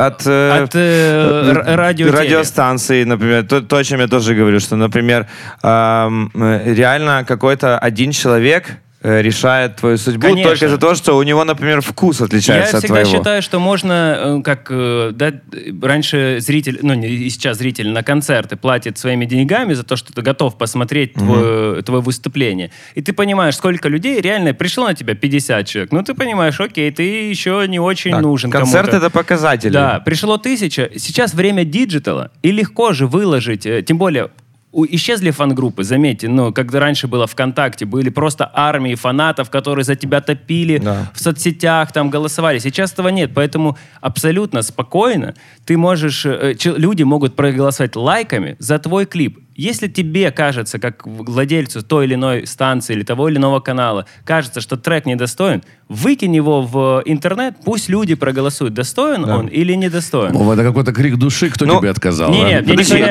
радиостанций, например. То, о чем я тоже говорю, что, например, реально какой-то один человек решает твою судьбу. Конечно. Только за то, что у него, например, вкус отличается от твоего. Я всегда считаю, что можно, раньше зритель, и сейчас зритель на концерты платит своими деньгами за то, что ты готов посмотреть твое выступление. И ты понимаешь, сколько людей реально пришло на тебя 50 человек. Ну, ты понимаешь, окей, ты еще не очень нужен концерт кому-то. — это показатель. Да, пришло 1000. Сейчас время диджитала, и легко же выложить, тем более... Исчезли фан-группы, заметьте, когда раньше было ВКонтакте, были просто армии фанатов, которые за тебя топили в соцсетях, там голосовали. Сейчас этого нет, поэтому абсолютно спокойно ты можешь, люди могут проголосовать лайками за твой клип. Если тебе кажется, как владельцу той или иной станции или того или иного канала, кажется, что трек недостоин, выкинь его в интернет, пусть люди проголосуют, достоин он или недостоин. Это какой-то крик души, кто тебе отказал? Нет,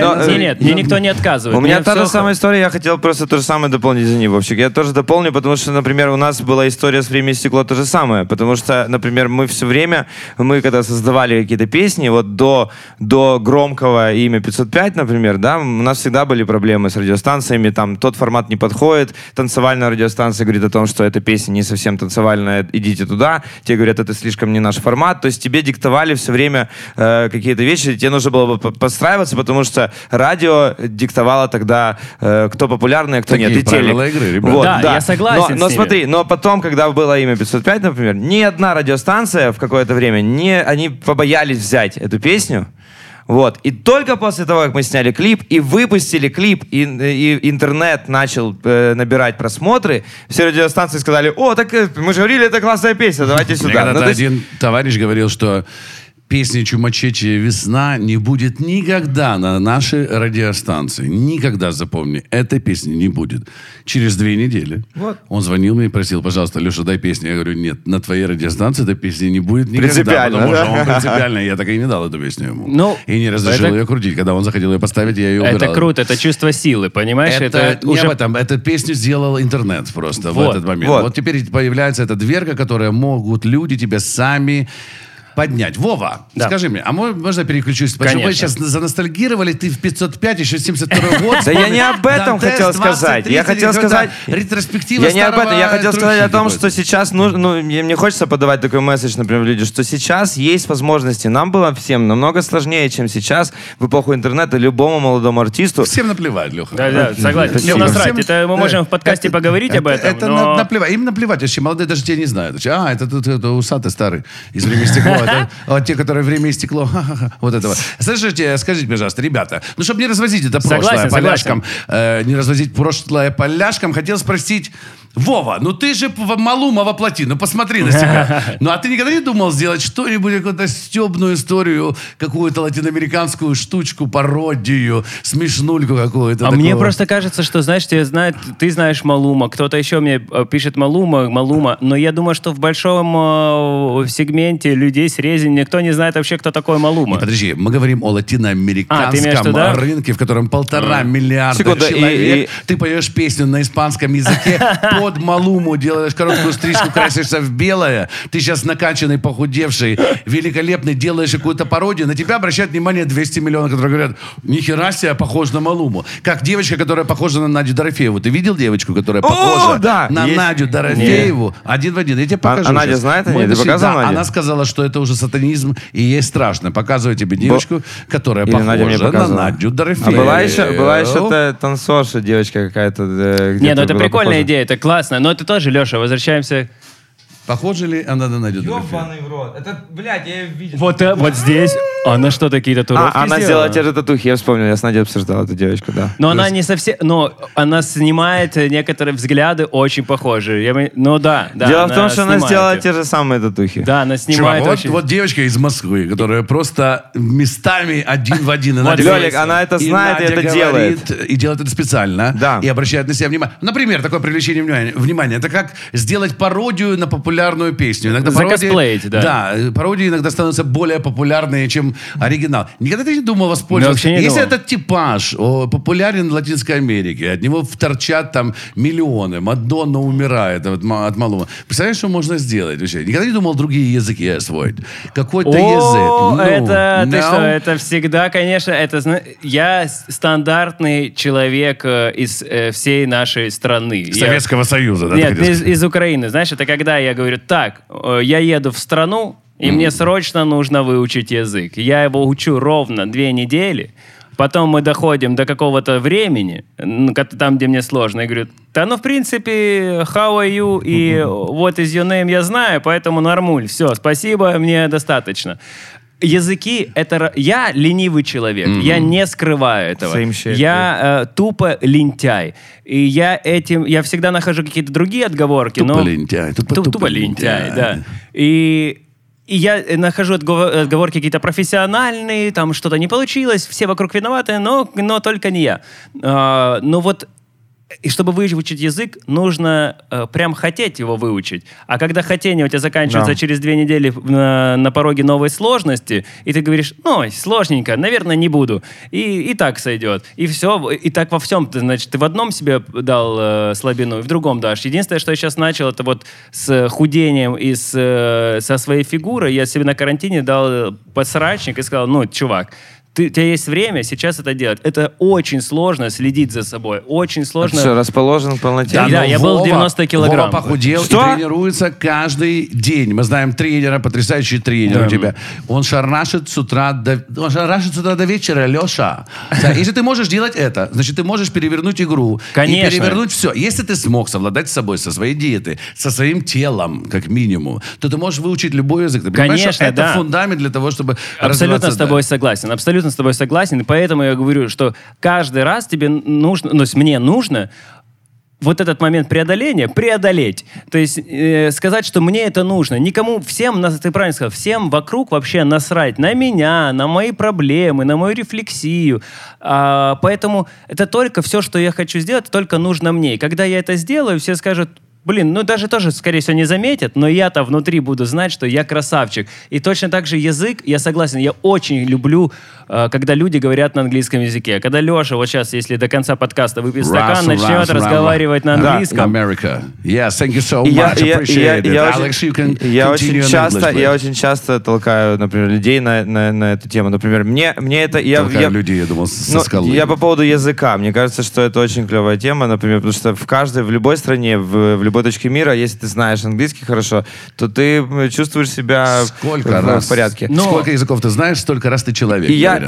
мне никто не отказывает. У меня та же самая история, я хотел просто то же самое дополнить, извини, Вовчик. Я тоже дополню, потому что, например, у нас была история с «Время и стекло» то же самое, потому что, например, мы все время, когда создавали какие-то песни, вот до громкого имя 505, например, да, у нас всегда были проблемы с радиостанциями, там тот формат не подходит, танцевальная радиостанция говорит о том, что эта песня не совсем танцевальная, идите туда, тебе говорят, это слишком не наш формат, то есть тебе диктовали все время какие-то вещи, тебе нужно было подстраиваться, потому что радио диктовало тогда, кто популярный, а кто Такие нет, и телек. правила игры, ребята. Вот, Да, я согласен но с ними. смотри, но потом, когда было имя 505, например, ни одна радиостанция в какое-то время, они побоялись взять эту песню. Вот. И только после того, как мы сняли клип и выпустили клип, и интернет начал набирать просмотры, все радиостанции сказали: о, так мы же говорили, это классная песня, давайте сюда. Когда-то один товарищ говорил, что песни «Чумачечья весна» не будет никогда на нашей радиостанции. Никогда, запомни, этой песни не будет. Через 2 недели он звонил мне и просил: пожалуйста, Леша, дай песню. Я говорю: нет, на твоей радиостанции этой песни не будет никогда. Принципиально, потому что да? он принципиально. Я так и не дал эту песню ему. И не разрешил ее крутить. Когда он захотел ее поставить, я ее убирал. Это круто, это чувство силы, понимаешь? Это не об этом. Эту песню сделал интернет просто в этот момент. Вот теперь появляется эта дверка, которая могут люди тебя сами поднять. Вова, скажи мне, а можно переключусь? Потому что вы сейчас заностальгировали, ты в 505, еще 72 год. Да я не об этом хотел сказать. Я хотел сказать... Ретроспектива Я не об этом. Я хотел сказать о том, Трухи что сейчас нужно... мне хочется подавать такой месседж, например, людям, что сейчас есть возможности. Нам было всем намного сложнее, чем сейчас в эпоху интернета любому молодому артисту. Всем наплевать, Леха. Да, согласен. Всем насрать. Это мы можем в подкасте поговорить об этом. Это наплевать. Им наплевать. Вообще молодые даже тебя не знают. Это усатый старый из «Время и стекло». Вот те, которые «Время и стекло». Вот этого. Слушайте, скажите, пожалуйста, ребята, ну, чтобы не развозить это прошлое поляшкам, не развозить прошлое поляшкам, хотел спросить: Вова, ну ты же Малума воплоти, ну посмотри на себя. Ну а ты никогда не думал сделать что-нибудь, какую-то стебную историю, какую-то латиноамериканскую штучку, пародию, смешнульку какую-то? Мне просто кажется, что, знаешь, ты знаешь Малума, кто-то еще мне пишет Малума, но я думаю, что в большом сегменте людей с Резни никто не знает вообще, кто такой Малума. Подожди, мы говорим о латиноамериканском рынке, в котором 1,5 миллиарда человек. Ты поешь песню на испанском языке, под Малуму делаешь короткую стрижку, красишься в белое, ты сейчас накачанный, похудевший, великолепный, делаешь какую-то пародию, на тебя обращают внимание 200 миллионов, которые говорят: нихера себе, похож на Малуму. Как девочка, которая похожа на Надю Дорофееву. Ты видел девочку, которая похожа на Надю Дорофееву? Один в один. Я тебе покажу. А Надя знает о ней? Ты показал Наде? Она сказала, что это уже сатанизм, и ей страшно. Показываю тебе девочку, которая похожа на Надю Дорофееву. А была еще танцорша, девочка какая-то. Не, ну это прикольная идея, это классно. Но это тоже, Леша, возвращаемся. Похоже ли она на Надю Дорофееву? Ёбаный в рот. Это, блядь, я ее видел. Вот здесь она что, такие татуировки она сделала те же татухи, я вспомнил. Я с Надей обсуждал эту девочку, да. Но она не совсем... Но она снимает некоторые взгляды очень похожие. Ну да. Дело в том, что она сделала те же самые татухи. Да, она снимает Чувак, очень... вот девочка из Москвы, которая просто местами один в один. Лёлик, она это знает и это делает. И делает это специально. Да. И обращает на себя внимание. Например, такое привлечение внимания. Это как сделать пародию на популярную песню. Иногда закосплеить, да. Да, пародии иногда становятся более популярные, чем оригинал. Никогда ты не думал воспользоваться? Если думал. Этот типаж популярен в Латинской Америке, от него торчат там миллионы, Мадонна умирает от Малума. Представляешь, что можно сделать вообще? Никогда не думал другие языки освоить? Какой-то язык. Ты что, это всегда, конечно, я стандартный человек из всей нашей страны. Советского Союза, да? Нет, из Украины. Знаешь, это когда я говорю: так, я еду в страну, и мне срочно нужно выучить язык. Я его учу ровно 2 недели. Потом мы доходим до какого-то времени, там, где мне сложно. Я говорю: да, ну, в принципе, how are you и what is your name я знаю, поэтому нормуль. Все, спасибо, мне достаточно. Языки — это... Я ленивый человек, я не скрываю этого. Я тупо лентяй. И я всегда нахожу какие-то другие отговорки. Тупо лентяй. Тупо лентяй, да. И И я нахожу отговорки какие-то профессиональные, там что-то не получилось, все вокруг виноваты, но только не я. Но вот, и чтобы выучить язык, нужно прям хотеть его выучить. А когда хотение у тебя заканчивается через 2 недели на пороге новой сложности, и ты говоришь, сложненько, наверное, не буду. И так сойдет. И все. И так во всем. Значит, ты в одном себе дал слабину, и в другом дашь. Единственное, что я сейчас начал, это вот с худением и со своей фигурой. Я себе на карантине дал подсрачник и сказал, чувак, у тебя есть время сейчас это делать. Это очень сложно следить за собой. Очень сложно. Что, расположен к полноте? Да, я был 90 килограмм. Вова похудел и тренируется каждый день. Мы знаем тренера, потрясающий тренер у тебя. Он шарашит с утра до вечера, Леша. Да, если ты можешь делать это, значит, ты можешь перевернуть игру. Конечно. И перевернуть все. Если ты смог совладать с собой, со своей диетой, со своим телом, как минимум, то ты можешь выучить любой язык. Ты понимаешь, Конечно, что это фундамент для того, чтобы абсолютно с тобой согласен. Абсолютно с тобой согласен, и поэтому я говорю, что каждый раз тебе нужно, то есть мне нужно вот этот момент преодолеть. То есть сказать, что мне это нужно. Никому, всем, ты правильно сказал, всем вокруг вообще насрать на меня, на мои проблемы, на мою рефлексию. Поэтому это только все, что я хочу сделать, только нужно мне. И когда я это сделаю, все скажут, даже тоже, скорее всего, не заметят, но я-то внутри буду знать, что я красавчик. И точно так же язык, я согласен, я очень люблю, когда люди говорят на английском языке. Когда Леша, вот сейчас, если до конца подкаста выпьет стакан, начнет разговаривать на английском. America. Yes, thank you so much. Appreciate it. Alex, you can continue in English, я очень часто толкаю, например, людей на эту тему. Например, мне это... Толкаю людей, я думал, со скалы. Я по поводу языка. Мне кажется, что это очень клевая тема, например, потому что в любой стране, в любой точке мира, если ты знаешь английский хорошо, то ты чувствуешь себя в порядке. Сколько языков ты знаешь, столько раз ты человек.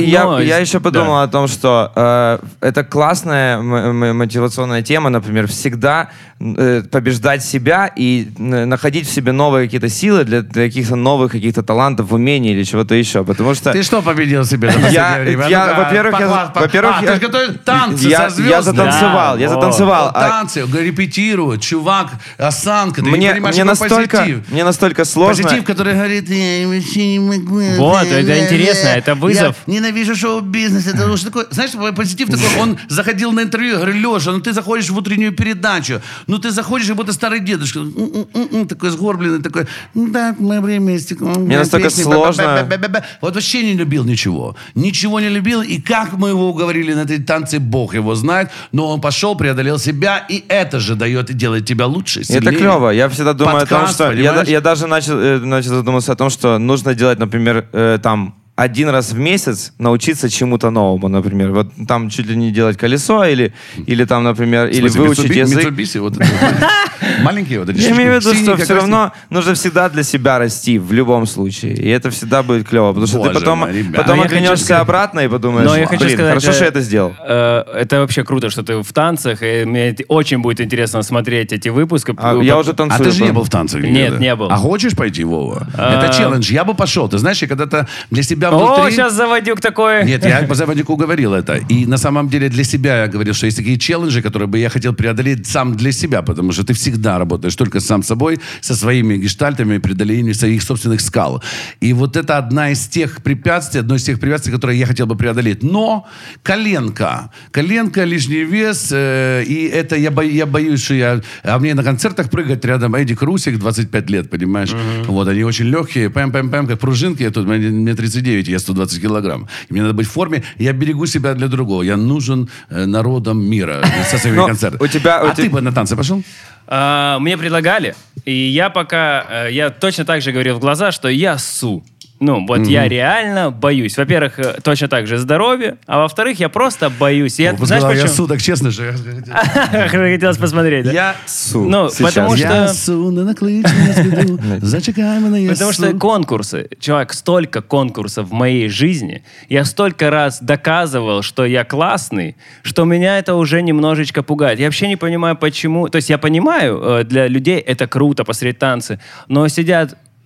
Я еще подумал о том, что это классная мотивационная тема, например, всегда побеждать себя и находить в себе новые какие-то силы для каких-то новых каких-то талантов, умений или чего-то еще, потому что... Ты что победил себе за последнее время? Во-первых, ты же готовишь танцы со звездами. Я затанцевал. Танцы, репетируют, чувак, осанка, ты не понимаешь, какой позитив. Мне настолько сложно. Позитив, который говорит, я вообще не могу. Вот, это интересно, это вызов. Я ненавижу шоу-бизнес. Это уже такой, знаешь, позитив такой, он заходил на интервью, говорю, Леша, ты заходишь в утреннюю передачу, ты заходишь, как будто старый дедушка, такой сгорбленный, такой, да, мое время истекло. Мне настолько сложно. Вот вообще не любил ничего. Ничего не любил, и как мы его уговорили на эти танцы, Бог его знает, но он пошел, преодолел себя, и это же дает и делает тебя лучше, сильнее. Это клево. Я всегда думаю Подкаст, о том, что... Я даже начал задумываться о том, что нужно делать, например, один раз в месяц научиться чему-то новому, например. Вот там чуть ли не делать колесо или там, например, или выучить язык. Маленькие вот эти. Я имею в виду, что все равно нужно всегда для себя расти в любом случае. И это всегда будет клево, потому что ты потом оглянешься обратно и подумаешь, хорошо, что я это сделал. Это вообще круто, что ты в танцах, и мне очень будет интересно смотреть эти выпуски. Я уже танцую. А ты же не был в танцах? Нет, не был. А хочешь пойти, Вова? Это челлендж. Я бы пошел. Ты знаешь, я когда-то для себя внутри... О, сейчас Заводюк такое. Нет, я по Заводюку говорил это. И на самом деле для себя я говорил, что есть такие челленджи, которые бы я хотел преодолеть сам для себя, потому что ты всегда работаешь только сам собой, со своими гештальтами, преодолением своих собственных скал. И вот это одно из тех препятствий, которые я хотел бы преодолеть. Но коленка, лишний вес, и это я боюсь, что а мне на концертах прыгать рядом Эдди Крусик, 25 лет, понимаешь? Вот, они очень легкие, пэм-пэм-пэм, как пружинки, я тут, мне 39, я 120 килограмм. И мне надо быть в форме, я берегу себя для другого. Я нужен народам мира со своими концертами. Ты бы на танцы пошел? Мне предлагали, и я точно так же говорил в глаза, что я ссу. Я реально боюсь. Во-первых, точно так же здоровье, а во-вторых, я просто боюсь. Знаешь, почему? Я ссу, так честно же. Хотелось посмотреть, да? Я ссу. Потому что... Я ссу на наклеечную звезду, зачекай меня, я Потому что конкурсы, чувак, столько конкурсов в моей жизни, я столько раз доказывал, что я классный, что меня это уже немножечко пугает. Я вообще не понимаю, почему... То есть я понимаю, для людей это круто посмотреть танцы, но сидят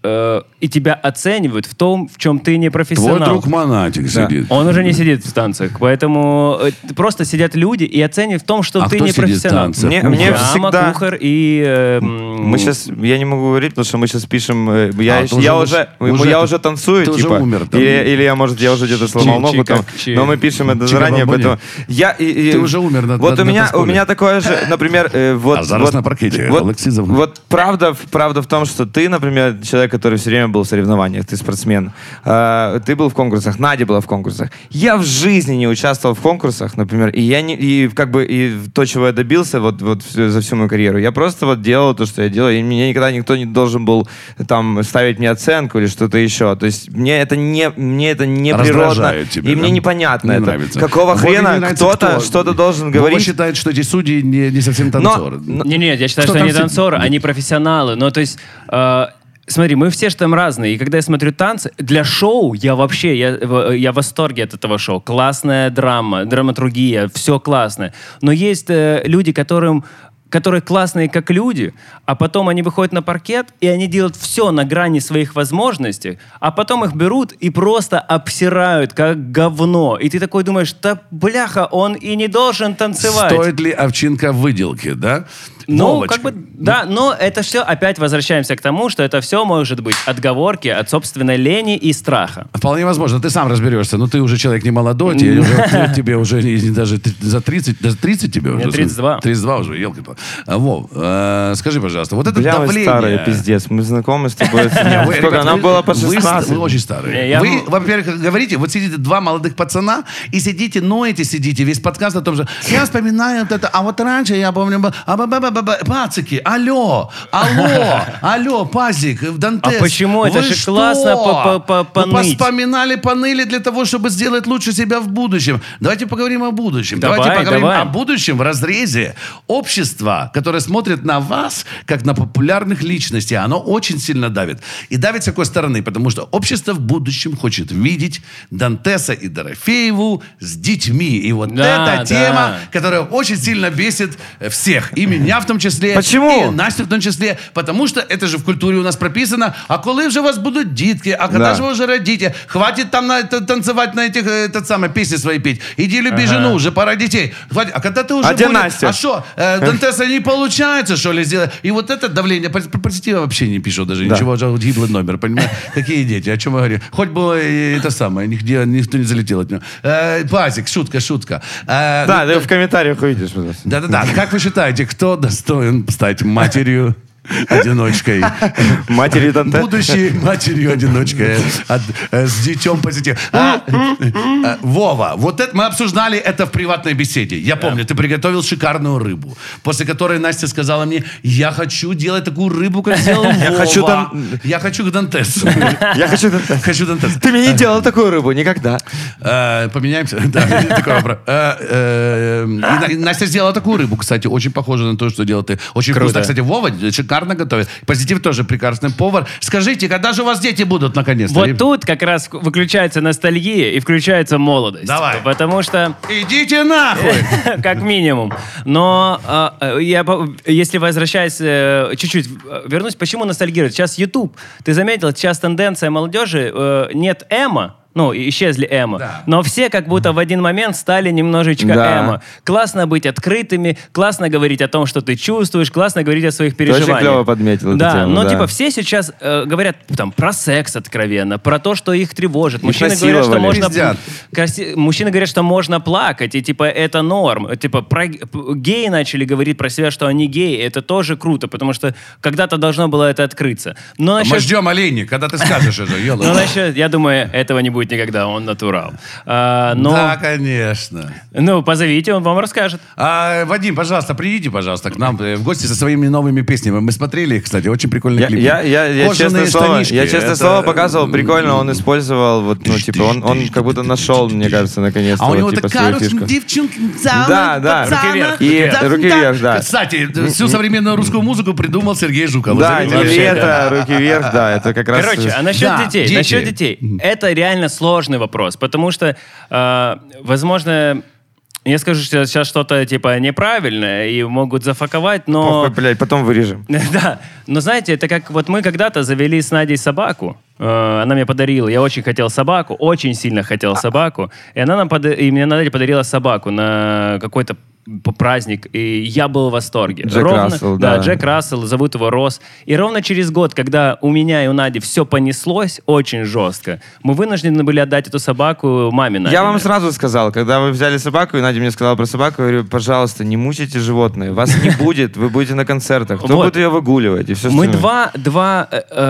и тебя оценивают в том, в чем ты не профессионал. Твой друг Монатик сидит. Он уже не сидит в танцах, поэтому просто сидят люди и оценивают в том, что ты кто не сидит в профессионал. танцах? Мне Яма, всегда... Кухар и... Мы сейчас, я не могу говорить, потому что мы сейчас пишем, ты я уже танцую, ты типа, уже умер там. или я уже где-то сломал ногу, там, но мы пишем это заранее, поэтому Ты уже умер на вот у танцполе. меня такое же, например, А зараз на паркете, Алексей Завгин. вот правда в том, что ты, например, человек, который все время был в соревнованиях, ты спортсмен, ты был в конкурсах, Надя была в конкурсах, я в жизни не участвовал в конкурсах, например, и то, чего я добился вот за всю мою карьеру, я просто вот делал то, что я делал, и мне никогда никто не должен был там ставить мне оценку или что-то еще. То есть мне это не природно, тебя, и мне непонятно не это. нравится. Какого Вот хрена мне нравится, кто-то что-то должен Вова говорить? считает, что эти судьи не совсем танцоры. Нет, я считаю, Кто что они там танцоры, они профессионалы. Но то есть... Смотри, мы все же там разные. И когда я смотрю танцы, для шоу я в восторге от этого шоу. Классная драма, драматургия, все классно. Но есть люди, которые классные как люди, а потом они выходят на паркет, и они делают все на грани своих возможностей, а потом их берут и просто обсирают, как говно. И ты такой думаешь, да бляха, он и не должен танцевать. Стоит ли овчинка выделки, да? Ну, Вовочка. как бы, да, но это все, опять возвращаемся к тому, что это все может быть отговорки от собственной лени и страха. Вполне возможно, ты сам разберешься, но ты уже человек не молодой, тебе уже даже за 30, даже 30 тебе уже. Мне 32. 32 уже, елки-палки. Вов, скажи, пожалуйста, вот это Бля, мы давление... старые, пиздец. Мы знакомы с тобой. Сколько? Ребята, Нам было по 16. Вы очень старые. Я- Вы, во-первых, говорите, вот сидите два молодых пацана, и сидите, ноете, сидите, весь подкаст о том же. Я вспоминаю вот это, а вот раньше я помню, пацики, алло, пазик, Дантес. А почему? Это вы же что? классно поныть. Поныли для того, чтобы сделать лучше себя в будущем. Давайте поговорим о будущем. Давай. Давайте поговорим о будущем в разрезе общества, которое смотрит на вас, как на популярных личностей. Оно очень сильно давит. И давит с какой стороны? Потому что общество в будущем хочет видеть Дантеса и Дорофееву с детьми. И вот эта тема, которая очень сильно бесит всех. И меня в том числе. Почему? И Настю в том числе. Потому что это же в культуре у нас прописано. А коли же у вас будут дітки? А когда же вы уже родите? Хватит там танцевать на этих, песни свои петь. Иди люби жену, уже пора детей. Хватит. А когда ты уже где будет... Настя? А что, Дантеса не получается, что ли, сделать? И вот это давление. Про позитива вообще не пишу даже ничего. Гиблый номер, понимаешь? Какие дети? О чем я говорю? Хоть бы это самое, нигде никто не залетел от него. Пазик, шутка. Да, ты в комментариях увидишь. Да. Как вы считаете, кто достоин стать матерью? Одиночкой. Матери Дантес. Будущей матерью-одиночкой. С детем позитив. Вова, вот это мы обсуждали это в приватной беседе. Я помню, ты приготовил шикарную рыбу, после которой Настя сказала мне, я хочу делать такую рыбу, как сделал Вова. Я хочу к Дантесу. Я хочу Дантес. Ты мне не делал такую рыбу никогда. Поменяемся? Да, такой вопрос. Настя сделала такую рыбу, кстати, очень похожа на то, что делал ты. Очень вкусно. Кстати, Вова шикарно готовит. Позитив тоже прекрасный повар. Скажите, когда же у вас дети будут наконец-то? Вот тут как раз выключается ностальгия и включается молодость. Давай. Потому что... Идите нахуй! Как минимум. Но если возвращаясь, чуть-чуть вернусь, почему ностальгировать? Сейчас YouTube. Ты заметил, сейчас тенденция молодежи, нет эмо, ну, исчезли эмо. Да. Но все как будто в один момент стали немножечко эмо. Классно быть открытыми, классно говорить о том, что ты чувствуешь, классно говорить о своих переживаниях. Очень клево подметил эту тему, но типа все сейчас говорят там про секс откровенно, про то, что их тревожит. Мужчины говорят, что можно плакать, и типа это норм. Типа геи начали говорить про себя, что они геи. Это тоже круто, потому что когда-то должно было это открыться. Но мы ждем олейник, когда ты скажешь это. Но насчет, я думаю, этого не будет никогда, он натурал. Да, конечно. Ну, позовите, он вам расскажет. Вадим, пожалуйста, приедите, пожалуйста, к нам в гости со своими новыми песнями. Мы смотрели их, кстати, очень прикольный клип. Я честное слово показывал, прикольно, он использовал, вот, ну, типа, он как будто нашел, мне кажется, наконец-то. А у него типа, такая девчонка, руки вверх, да. Кстати, всю современную русскую музыку придумал Сергей Жуков. Да, руки вверх, да, это как раз... Короче, а насчет детей, это реально сложный вопрос, потому что, возможно, Я скажу, что сейчас что-то типа неправильное и могут зафаковать, но... Похуй, блядь, потом вырежем. Да, но знаете, это как вот мы когда-то завели с Надей собаку. Она мне подарила, я очень хотел собаку, очень сильно хотел собаку. И и мне Надя подарила собаку на какой-то праздник, и я был в восторге. Джек Рассел, да. Джек Рассел, зовут его Росс. И ровно через год, когда у меня и у Нади все понеслось очень жестко, мы вынуждены были отдать эту собаку маме Нади. Я вам сразу сказал, когда вы взяли собаку, и Надя мне сказала про собаку, я говорю, пожалуйста, не мучайте животное, вас не будет, вы будете на концертах, кто будет ее выгуливать и все Мы остальное. два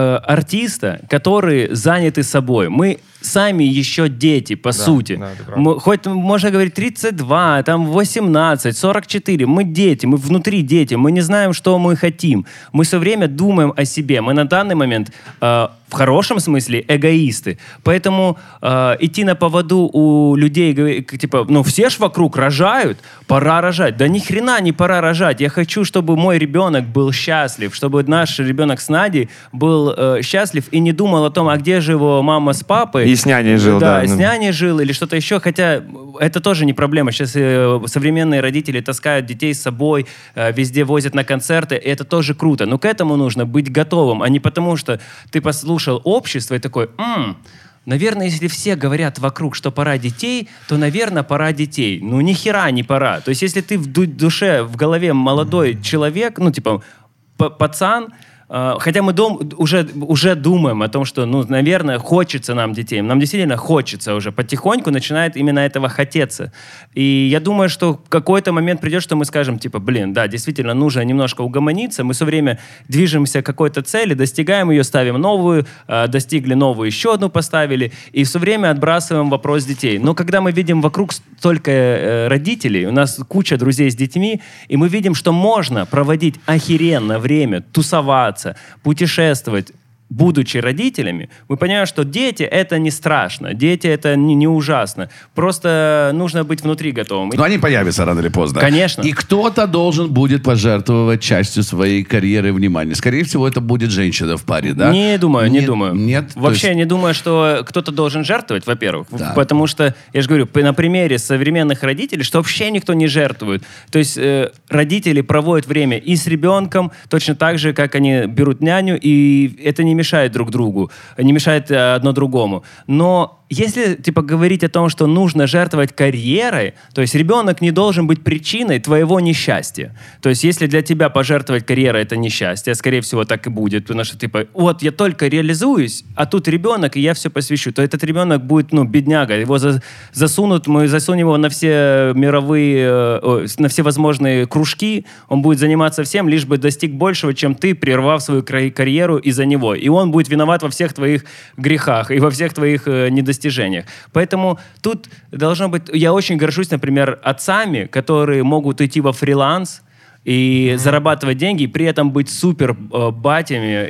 артиста, которые заняты собой. Мы сами еще дети, по сути. Да, это правда. Хоть можно говорить 32, там 18, 44. Мы дети, мы внутри дети. Мы не знаем, что мы хотим. Мы все время думаем о себе. Мы на данный момент в хорошем смысле эгоисты. Поэтому идти на поводу у людей, типа, ну все ж вокруг рожают, пора рожать. Да ни хрена не пора рожать. Я хочу, чтобы мой ребенок был счастлив, чтобы наш ребенок с Надей был счастлив и не думал о том, а где же его мама с папой. И с няней жил, да. Да, с няней жил или что-то еще. Хотя это тоже не проблема. Сейчас современные родители таскают детей с собой, везде возят на концерты, и это тоже круто. Но к этому нужно быть готовым, а не потому, что ты послушал общество и такой, наверное, если все говорят вокруг, что пора детей, то, наверное, пора детей. Ну, ни хера не пора. То есть, если ты в душе, в голове молодой человек, ну, типа, пацан, хотя мы уже думаем о том, что, ну, наверное, хочется нам детей. Нам действительно хочется уже. Потихоньку начинает именно этого хотеться. И я думаю, что в какой-то момент придет, что мы скажем, типа, блин, да, действительно, нужно немножко угомониться. Мы все время движемся к какой-то цели, достигаем ее, ставим новую, достигли новую, еще одну поставили. И все время отбрасываем вопрос детей. Но когда мы видим вокруг столько родителей, у нас куча друзей с детьми, и мы видим, что можно проводить охеренно время, тусоваться, путешествовать, будучи родителями, мы понимаем, что дети — это не страшно, дети — это не ужасно. Просто нужно быть внутри готовым. Но они появятся рано или поздно. Конечно. И кто-то должен будет пожертвовать частью своей карьеры и внимания. Скорее всего, это будет женщина в паре, да? Не думаю. Нет? Вообще не думаю, что кто-то должен жертвовать, во-первых. Да. Потому что, я же говорю, на примере современных родителей, что вообще никто не жертвует. То есть родители проводят время и с ребенком, точно так же, как они берут няню, и это не мешает друг другу, не мешает одно другому. Но если, типа, говорить о том, что нужно жертвовать карьерой, то есть ребенок не должен быть причиной твоего несчастья. То есть если для тебя пожертвовать карьерой — это несчастье, скорее всего, так и будет, потому что, типа, вот, я только реализуюсь, а тут ребенок, и я все посвящу, то этот ребенок будет, ну, бедняга, его мы засунем его на все на все возможные кружки, он будет заниматься всем, лишь бы достиг большего, чем ты, прервав свою карьеру из-за него. И он будет виноват во всех твоих грехах и во всех твоих недостижениях. Поэтому тут должно быть... Я очень горжусь, например, отцами, которые могут идти во фриланс и зарабатывать деньги, и при этом быть супер батями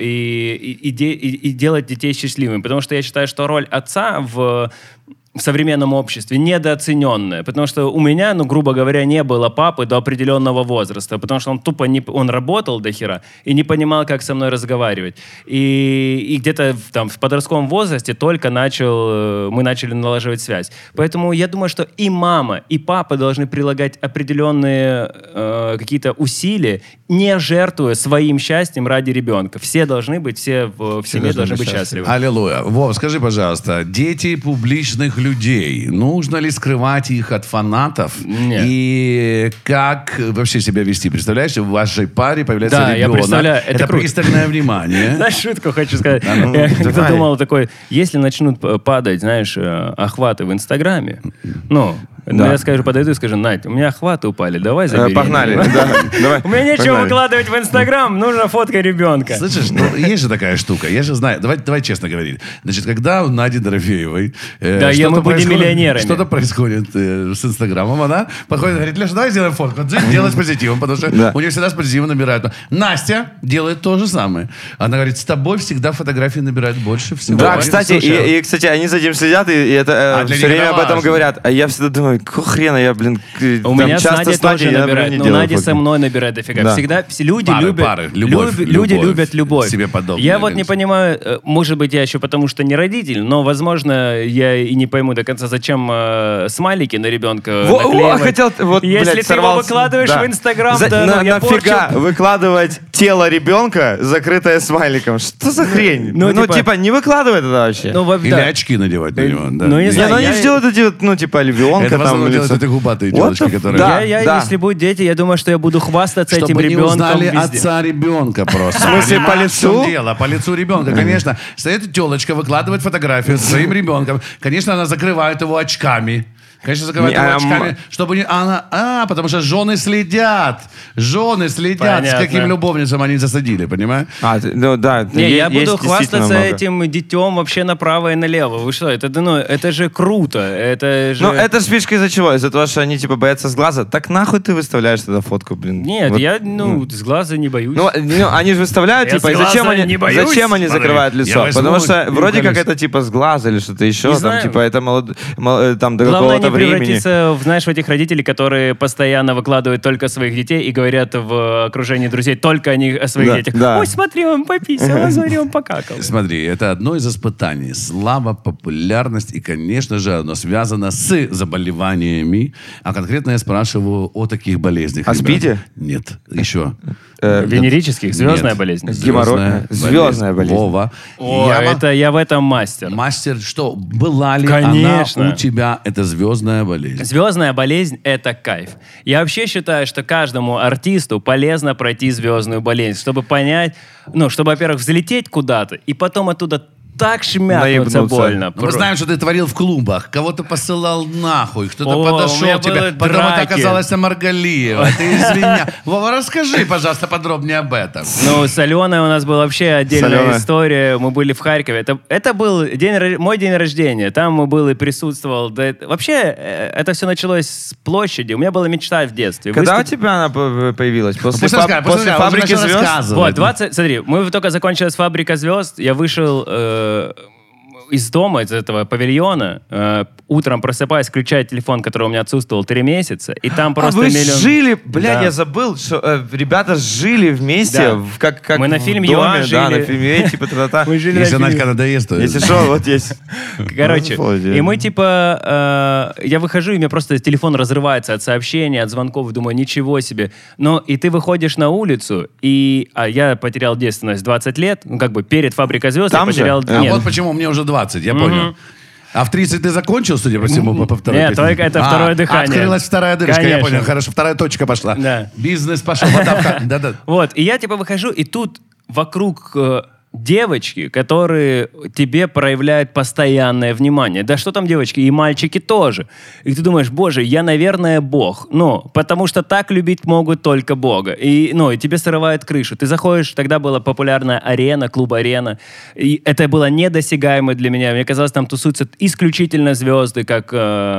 и делать детей счастливыми. Потому что я считаю, что роль отца в современном обществе недооцененная. Потому что у меня, ну, грубо говоря, не было папы до определенного возраста. Потому что он тупо он работал до хера и не понимал, как со мной разговаривать. И где-то там в подростковом возрасте только мы начали налаживать связь. Поэтому я думаю, что и мама, и папа должны прилагать определенные какие-то усилия, не жертвуя своим счастьем ради ребенка. Все должны быть, все в семье должны быть счастливы. Аллилуйя. Вов, скажи, пожалуйста, дети публичных людей, нужно ли скрывать их от фанатов? Нет. И как вообще себя вести? Представляешь, в вашей паре появляется Да, ребенок. я представляю. Это круто. пристальное внимание. Знаешь, шутку хочу сказать. ну, Я как-то давай. думал такой, если начнут падать, знаешь, охваты в Инстаграме, я скажу, подойду и скажу, Надь, у меня охваты упали, давай забери. Погнали. Да, давай. У меня нечего Погнали. выкладывать в Инстаграм, нужна фотка ребенка. Слышишь, есть же такая штука. Я же знаю. Давай честно говорить. Значит, когда у Нади Дорофеевой мы будем миллионерами. что-то происходит с Инстаграмом, она подходит и говорит, Леша, давай сделаем фотку. Делай с позитивом, потому что Да. у нее всегда с позитивом набирают. Настя делает то же самое. Она говорит, с тобой всегда фотографии набирают больше всего. Да, Говорит, кстати, слушай, и, кстати, они за этим следят, и это для все них время это об этом важно. говорят. А я всегда думаю, думаю, какого хрена я, блин, У там меня с часто Надей с Надей тоже я, например, набирает. не Ну, делаю Надя фотки. со мной набирает дофига. Да. Всегда люди любят... Пары. Любовь. Люди любят любовь. Себе подобное. Я вот не конечно. понимаю, может быть, я еще потому что не родитель, но, возможно, я и не пойму до конца, зачем смайлики на ребенка наклеивать. Хотел, вот, Если блядь, ты его сорвался. выкладываешь Да. в Инстаграм, да, ну, я нафига порчу. выкладывать тело ребенка, закрытое смайликом? Что за хрень? Ну, типа, не выкладывай это вообще. Ну, Или да. очки надевать на него. Да. ну, не Не, знаю, ну они я- же делают эти, ну, типа, львенка Это в там. основном делают лицо. эти губатые What девочки, the- которые... Да. Если будут дети, я думаю, что я буду хвастаться этим Чтобы не ребенком узнали везде. отца ребенка просто. В смысле, по Понимаешь, в чем лицу? дело? По лицу ребенка, конечно. Стоит телочка, выкладывает фотографию со своим ребенком. Конечно, она закрывает его очками. Конечно, закрывает Не, его а очками, чтобы не... потому что жены следят. Жены следят, Понятно. с каким любовницам они засадили, понимаешь? Ну да. Не, я есть буду действительно хвастаться много. этим детем вообще направо и налево. Вы что, это же круто. Это же... Ну, это ж фишка из-за чего? Из-за того, что они, типа, боятся с глаза. Так нахуй ты выставляешь тогда фотку, блин? Нет, Вот. я, с глаза не боюсь. Ну, они же выставляют, Я типа, и с зачем глаза они, не боюсь. зачем они Смотри, закрывают я лицо? возьму Потому что и вроде как колесо. это, типа, с глаза или что-то еще, Не там, знаю. типа, это там до Главное какого-то не времени. превратиться, знаешь, в этих родителей, которые постоянно выкладывают только своих детей и говорят в окружении друзей только о своих Да, детях. да. Ой, смотри, он пописал, а смотри, он покакал. Смотри, это одно из испытаний. Слава, популярность и, конечно же, оно связано с заболеваниями. А конкретно я спрашиваю о таких болезнях. О ребят. СПИДе? Нет. Еще. Венерических, звездная Нет. болезнь. Геморрой. Звездная болезнь. Вова. О, я в этом мастер. Мастер, что, была ли Конечно. она у тебя, это звездная болезнь? Звездная болезнь — это кайф. Я вообще считаю, что каждому артисту полезно пройти звездную болезнь, чтобы понять, чтобы, во-первых, взлететь куда-то, и потом оттуда так шмякнуться Наебнуться. больно. Ну, мы знаем, что ты творил в клубах. Кого-то посылал нахуй, кто-то О, у подошел меня к тебе. были Потом это драки. оказалась Маргалиева. Ты извиня. Вова, расскажи, пожалуйста, подробнее об этом. С Аленой у нас была вообще отдельная Аленой. история. Мы были в Харькове. Это был мой день рождения. Там мы был и присутствовал. Вообще, это все началось с площади. У меня была мечта в детстве. Когда у тебя она появилась? После Пусть расскажет, после он «Фабрики начал звезд»? рассказывать. Вот, смотри, мы только закончилась «Фабрика звезд», я вышел из дома, из этого павильона, утром просыпаюсь, включаю телефон, который у меня отсутствовал 3 месяца, и там просто вы миллион... жили, блядь, Да. я забыл, что ребята жили вместе, Да. как Мы на в фильме доме, «Юа» да, жили. на фильме, типа, та-та-та. Мы жили Если на Надька фильме. надоест, то... Если что, вот есть. Короче, Молодец. и мы типа, я выхожу, и у меня просто телефон разрывается от сообщений, от звонков, думаю, ничего себе. Но и ты выходишь на улицу, а я потерял девственность 20 лет, перед «Фабрикой звезд» Там я же? потерял... А Нет, вот почему мне уже 20, я понял. А в 30 ты закончил, судя по всему, по второй Нет, песне? только это второе дыхание. Открылась вторая дырочка, я Конечно. понял. Хорошо, вторая точка пошла. Да. Бизнес пошел. вода Да-да. Вот, и я выхожу, и тут вокруг девочки, которые тебе проявляют постоянное внимание. Да что там девочки, и мальчики тоже. И ты думаешь, боже, я, наверное, бог. Потому что так любить могут только Бога. И тебе срывает крышу. Ты заходишь, тогда была популярная арена, клуб «Арена». И это было недосягаемо для меня. Мне казалось, там тусуются исключительно звезды, как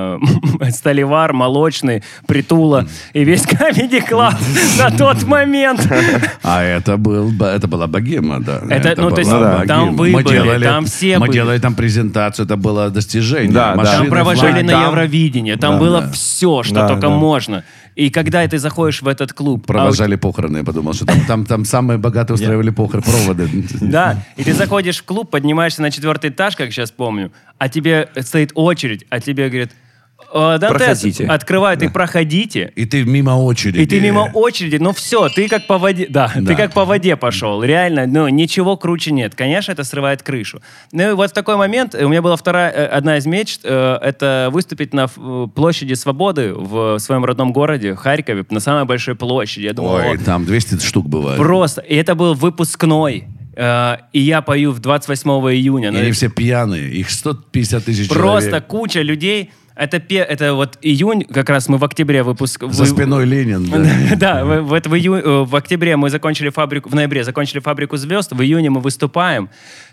Столивар, Молочный, Притула и весь Comedy Club на тот момент. А это была богема, да. Это, то есть, была там богема. вы были, там все Мы были. делали там презентацию, это было достижение. Да, да. Машины, Там провожали флаг. на там- Евровидение, там Да, было да. все, что Да, только да. можно. И когда ты заходишь в этот клуб... Провожали похороны, я подумал, что там самые богатые устраивали проводы. Да, и ты заходишь в клуб, поднимаешься на 4-й этаж, как сейчас помню, а тебе стоит очередь, а тебе говорят, Дантес, Проходите. открывают, и проходите. И ты мимо очереди. И ты мимо очереди, все, ты как по воде, ты как по воде пошел, реально, ничего круче нет. Конечно, это срывает крышу. Ну и вот в такой момент у меня была одна из мечт, это выступить на площади Свободы в своем родном городе, Харькове, на самой большой площади. Я думал, Ой, там 200 штук бывает. просто, и это был выпускной. И я пою в 28 июня. И они все пьяные, их 150 тысяч Просто человек. куча людей. Это вот июнь, как раз мы в октябре За спиной Ленин. Да. Да, в октябре мы закончили «Фабрику», в ноябре закончили «Фабрику звезд», в июне мы выступаем.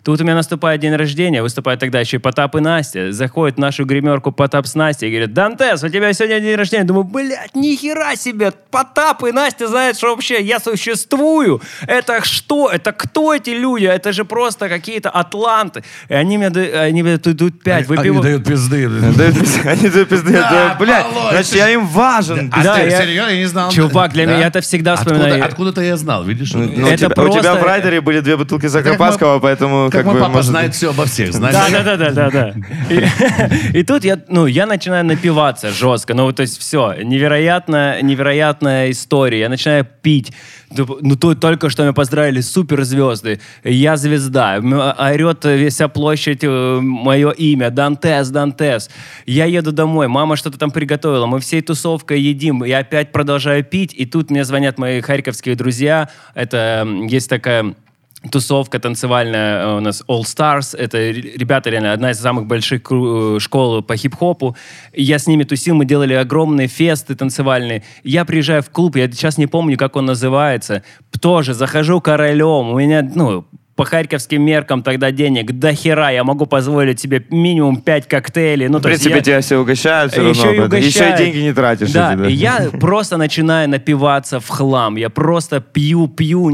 Тут у меня наступает день рождения, выступает тогда еще и Потап и Настя. Заходит в нашу гримерку Потап с Настей и говорит: Дантес, у тебя сегодня день рождения. Думаю, блядь, нихера себе, Потап и Настя знают, что вообще я существую. Это что? Это кто эти люди? Это же просто какие-то атланты. И они мне дают 5. Они дают пизды. Они дают пизды. Да, Блядь, Володь, значит, я им важен. А Да, ты я- серьезно? Я не знал. Чувак, для меня это всегда вспоминаю. Откуда-то я знал, видишь? Ну, Это у тебя просто- в райдере были 2 бутылки Закарпатского, поэтому Как как мой бы... папа может- знает все обо всех, знаешь? Да. И тут я начинаю напиваться жестко. Ну, то есть все, невероятная история. Я начинаю пить. Ну, тут только что меня поздравили суперзвезды. Я звезда. Орет вся площадь мое имя. Дантес. Я еду домой. Мама что-то там приготовила. Мы всей тусовкой едим. Я опять продолжаю пить. И тут мне звонят мои харьковские друзья. Это есть такая... тусовка танцевальная у нас All Stars. Это ребята, реально, одна из самых больших школ по хип-хопу. И я с ними тусил, мы делали огромные фесты танцевальные. Я приезжаю в клуб, я сейчас не помню, как он называется. Тоже захожу королем. У меня, по харьковским меркам тогда денег до хера. Я могу позволить себе минимум 5 коктейлей. Ну, В то есть принципе, я- тебя все угощают все Еще и равно. угощают. Еще и деньги не тратишь. Да, эти, и я просто начинаю напиваться в хлам. Я просто пью,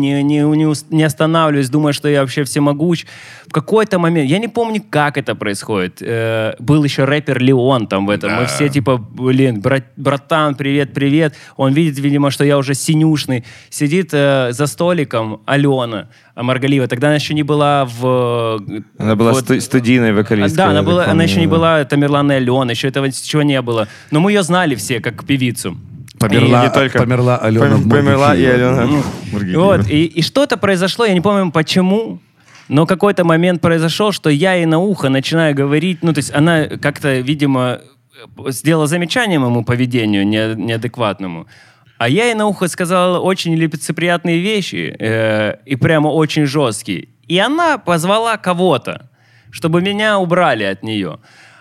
не останавливаюсь, думаю, что я вообще всемогуч. В какой-то момент, я не помню, как это происходит. Был еще рэпер Леон там в этом. Мы все типа, братан, привет. Он видит, видимо, что я уже синюшный. Сидит за столиком Алена Маргалиева. Тогда она еще не была Она была студийной вокалисткой. Да, я так она помню, еще не да. была Тамерлан и Алена, еще этого ничего не было. Но мы ее знали все, как певицу. Не только. Померла Алена Померла и Алена. Вот, и что-то произошло, я не помню почему, но какой-то момент произошел, что я ей на ухо начинаю говорить, ну, то есть она как-то, видимо, сделала замечание моему поведению неадекватному, а я ей на ухо сказал очень лицеприятные вещи и прямо очень жесткие. И она позвала кого-то, чтобы меня убрали от нее.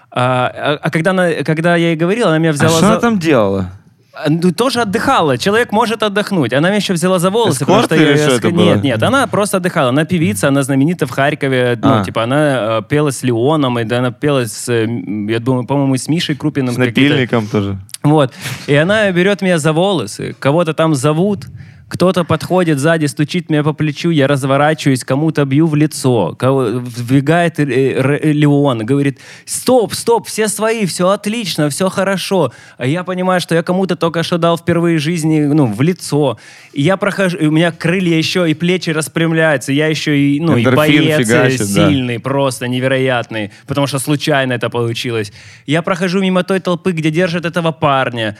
Когда я ей говорил, она меня А взяла что она там делала? Ну, тоже отдыхала. Человек может отдохнуть. Она меня еще взяла за волосы. Эскорт потому что или что это было? Нет, она просто отдыхала. Она певица, она знаменита в Харькове. Ну, типа, она пела с Леоном, и она пела с, я думаю, по-моему, с Мишей Крупиным. С напильником тоже. Вот. И она берет меня за волосы. Кого-то там зовут. Кто-то подходит сзади, стучит меня по плечу, я разворачиваюсь, кому-то бью в лицо. Вбегает Леон, говорит: стоп, все свои, все отлично, все хорошо. А я понимаю, что я кому-то только что дал впервые в жизни, в лицо. И я прохожу, и у меня крылья еще и плечи распрямляются, я еще и, и Эндорфин боец фигачит, сильный, просто невероятный, потому что случайно это получилось. Я прохожу мимо той толпы, где держат этого парня.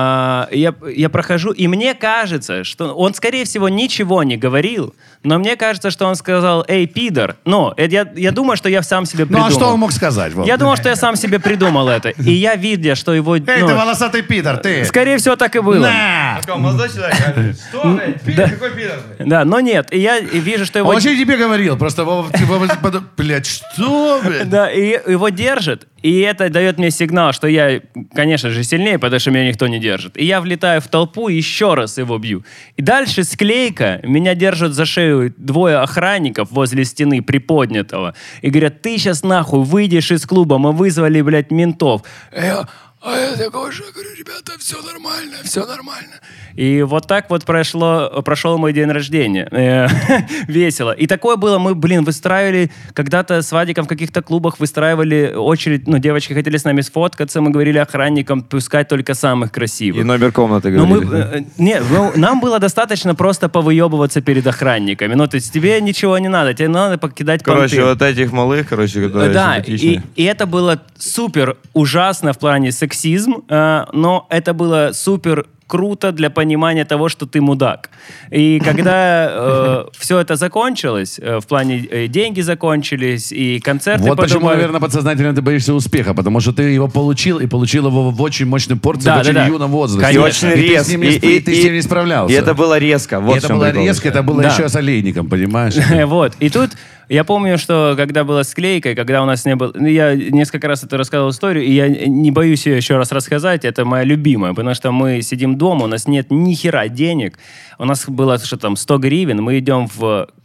Я прохожу, и мне кажется, что он, скорее всего, ничего не говорил, но мне кажется, что он сказал: «Эй, пидор». Но я думаю, что я сам себе придумал. Ну, а что он мог сказать? Вов? Я думал, что я сам себе придумал это. И я, видя, что его... Эй, ты волосатый пидор, ты! Скорее всего, так и было. На! Молодой человек, что, блядь, пидор, какой пидор? Да, но нет. И я вижу, что его... Он вообще не тебе говорил, просто блядь, что, блядь? Да, и его держат, и это дает мне сигнал, что я, конечно же, сильнее, потому что меня никто не держит. И я влетаю в толпу и еще раз его бью. И дальше склейка, меня держат за шею 2 охранников возле стены приподнятого. И говорят: ты сейчас нахуй выйдешь из клуба, мы вызвали, блядь, ментов. А я такой же говорю: ребята, все нормально. И вот так вот прошел мой день рождения. Весело. И такое было, мы, выстраивали, когда-то с Вадиком в каких-то клубах выстраивали очередь, девочки хотели с нами сфоткаться, мы говорили охранникам пускать только самых красивых. И номер комнаты Но говорили. нам было достаточно просто повыебываться перед охранниками. То есть тебе ничего не надо, тебе надо покидать понты. Короче, вот этих малых, которые Да, симпатичные. и это было супер ужасно в плане сексизм, но это было супер круто для понимания того, что ты мудак. И когда все это закончилось, в плане деньги закончились, и концерты Вот почему, подумали... наверное, подсознательно ты боишься успеха, потому что ты его получил, и получил его в очень мощной порции, в очень юном возрасте. И очень И резко. ты с ним не справлялся. И это было резко. Вот И в это чем было прикол. резко, это было Да. еще с олейником, понимаешь? Вот. И тут я помню, что когда была склейка, когда у нас не было... Я несколько раз это рассказывал историю, и я не боюсь ее еще раз рассказать. Это моя любимая, потому что мы сидим дома, у нас нет ни хера денег. У нас было, что там, 100 гривен. Мы идем в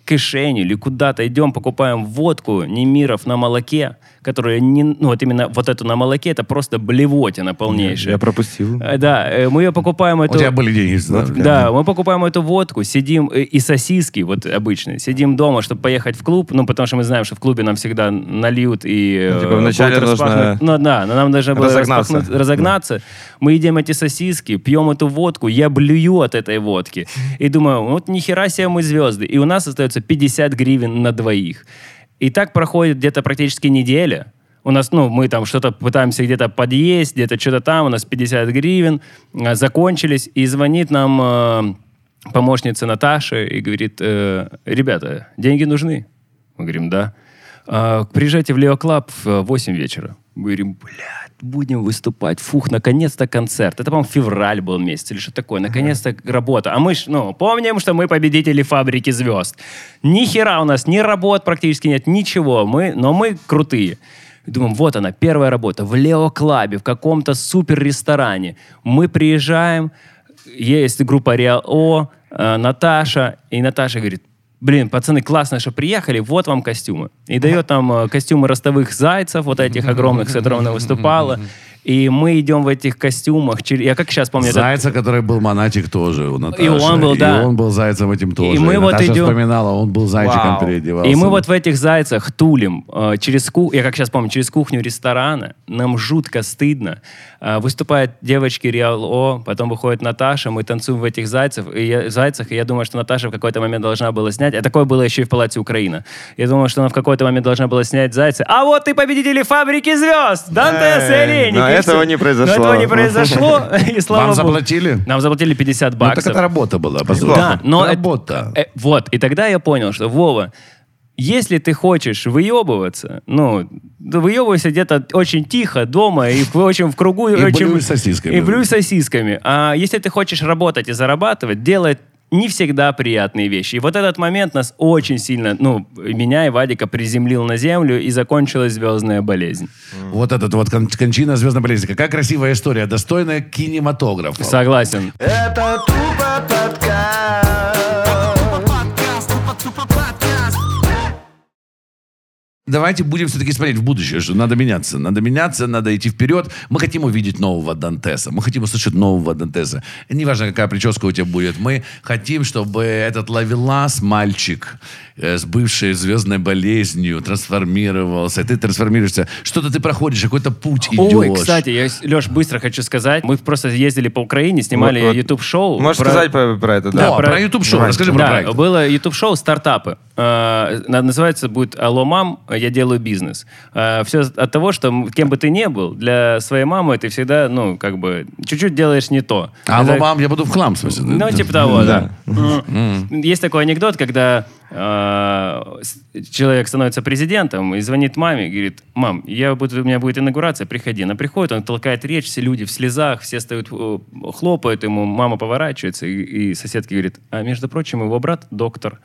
к Ишеню или куда-то идем, покупаем водку Немиров на молоке, которая вот именно вот эту на молоке, это просто блевотина полнейшая. Я пропустил. Да, мы ее покупаем. У тебя были деньги? Да, мы покупаем эту водку, сидим, и сосиски, вот обычные, сидим дома, чтобы поехать в клуб, потому что мы знаем, что в клубе нам всегда нальют и... Типа вначале нужно... но нам должно было разогнаться. Мы едим эти сосиски, пьем эту водку, я блюю от этой водки. И думаю, вот нихера себе мы звезды. И у нас остается 50 гривен на двоих. И так проходит где-то практически неделя. У нас, мы там что-то пытаемся где-то подъесть, где-то что-то там, у нас 50 гривен, закончились, и звонит нам помощница Наташа и говорит, ребята, деньги нужны? Мы говорим, да. Приезжайте в Лео Клаб в 8 вечера. Мы говорим, будем выступать. Фух, наконец-то концерт. Это, по-моему, февраль был месяц или что такое. Наконец-то работа. А мы помним, что мы победители «Фабрики звезд». Ни хера у нас, ни работ практически нет, ничего. Но мы крутые. Думаем, вот она, первая работа в Лео Клабе, в каком-то супер-ресторане. Мы приезжаем, есть группа Реал О, Наташа, и Наташа говорит, блин, пацаны, классно, что приехали, вот вам костюмы. И дает нам костюмы ростовых зайцев, вот этих огромных, с которыми она выступала. И мы идем в этих костюмах. Я как сейчас помню... Зайца, который был монатик тоже у Наташи. И он был, да. И он был зайцем этим тоже. И мы Наташа идем... вспоминала, он был зайчиком переодевался. И мы вот в этих зайцах тулим через кухню, я как сейчас помню, через кухню ресторана. Нам жутко стыдно. Выступают девочки Реал О, потом выходит Наташа, мы танцуем в этих зайцах, и я думаю, что Наташа в какой-то момент должна была снять. А такое было еще и в Палате Украина. Я думаю, что она в какой-то момент должна была снять зайцы. А вот и победители «Фабрики звезд!» Дантес и Олейник. Но этого не произошло. Но этого не произошло, и слава Вам Богу. заплатили? Нам заплатили 50 баксов. Так это работа была, по сути. Да, но работа. Вот, и тогда я понял, что, Вова, если ты хочешь выебываться, выебывайся где-то очень тихо дома и очень в кругу. И очень, блюй сосисками. И блюй сосисками. А если ты хочешь работать и зарабатывать, делай не всегда приятные вещи. И вот этот момент нас очень сильно, меня и Вадика приземлил на землю, и закончилась звездная болезнь. Вот этот вот кончина звездной болезни. Какая красивая история, достойная кинематографа. Согласен. Это тупо подкаст. Давайте будем все-таки смотреть в будущее, что надо меняться, надо идти вперед. Мы хотим увидеть нового Дантеса, мы хотим услышать нового Дантеса. Неважно, какая прическа у тебя будет, мы хотим, чтобы этот ловелас, мальчик с бывшей звездной болезнью трансформировался, ты трансформируешься, что-то ты проходишь, какой-то путь идешь. Ой, кстати, я, Леш, быстро хочу сказать, мы просто ездили по Украине, снимали YouTube-шоу. Можешь сказать про это, да? Да, про YouTube-шоу, расскажи про проект. Было YouTube-шоу «Стартапы». Называется будет «Алло, мам, я делаю бизнес». Все от того, что кем бы ты ни был, для своей мамы ты всегда, чуть-чуть делаешь не то. Алло, мам, я буду в хлам, в смысле. Типа того, да. Есть такой анекдот, когда человек становится президентом и звонит маме, говорит, мам, у меня будет инаугурация, приходи. Она приходит, он толкает речь, все люди в слезах, все стоят, хлопают ему, мама поворачивается, и соседка говорит, а между прочим, его брат доктор.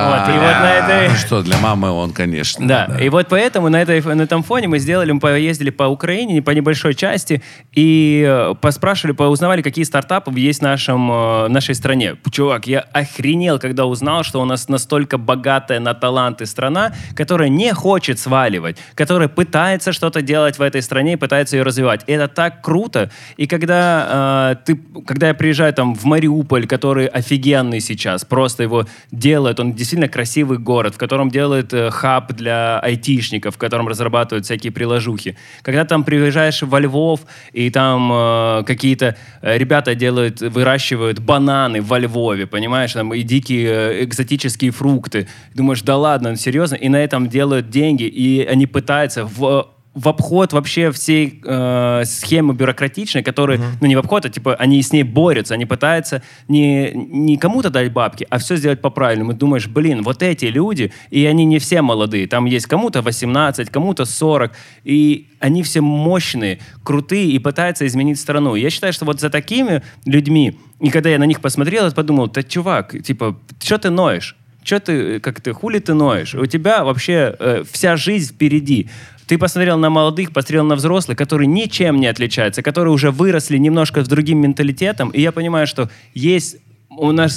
Что, для мамы он, конечно. Да, и вот поэтому на этом фоне мы поездили по Украине, по небольшой части, и узнавали, какие стартапы есть в нашей стране. Чувак, я охренел, когда узнал, что у нас настолько богатая на таланты страна, которая не хочет сваливать, которая пытается что-то делать в этой стране и пытается ее развивать. И это так круто. И когда я приезжаю в Мариуполь, который офигенный сейчас, просто его делают, он действительно красивый город, в котором делают хаб для айтишников, в котором разрабатывают всякие приложухи. Когда там приезжаешь во Львов, и там какие-то ребята выращивают бананы во Львове, понимаешь, там и дикие экзотические фрукты. Думаешь, да ладно, серьезно? И на этом делают деньги, и они пытаются в обход вообще всей схемы бюрократичной, которые, не в обход, а они с ней борются, они пытаются не кому-то дать бабки, а все сделать по-правильному. И думаешь, вот эти люди, и они не все молодые, там есть кому-то 18, кому-то 40, и они все мощные, крутые, и пытаются изменить страну. Я считаю, что вот за такими людьми, и когда я на них посмотрел, я подумал, да, чувак, что ты ноешь? Хули ты ноешь? У тебя вообще вся жизнь впереди. Ты посмотрел на молодых, посмотрел на взрослых, которые ничем не отличаются, которые уже выросли немножко с другим менталитетом. И я понимаю, что есть у нас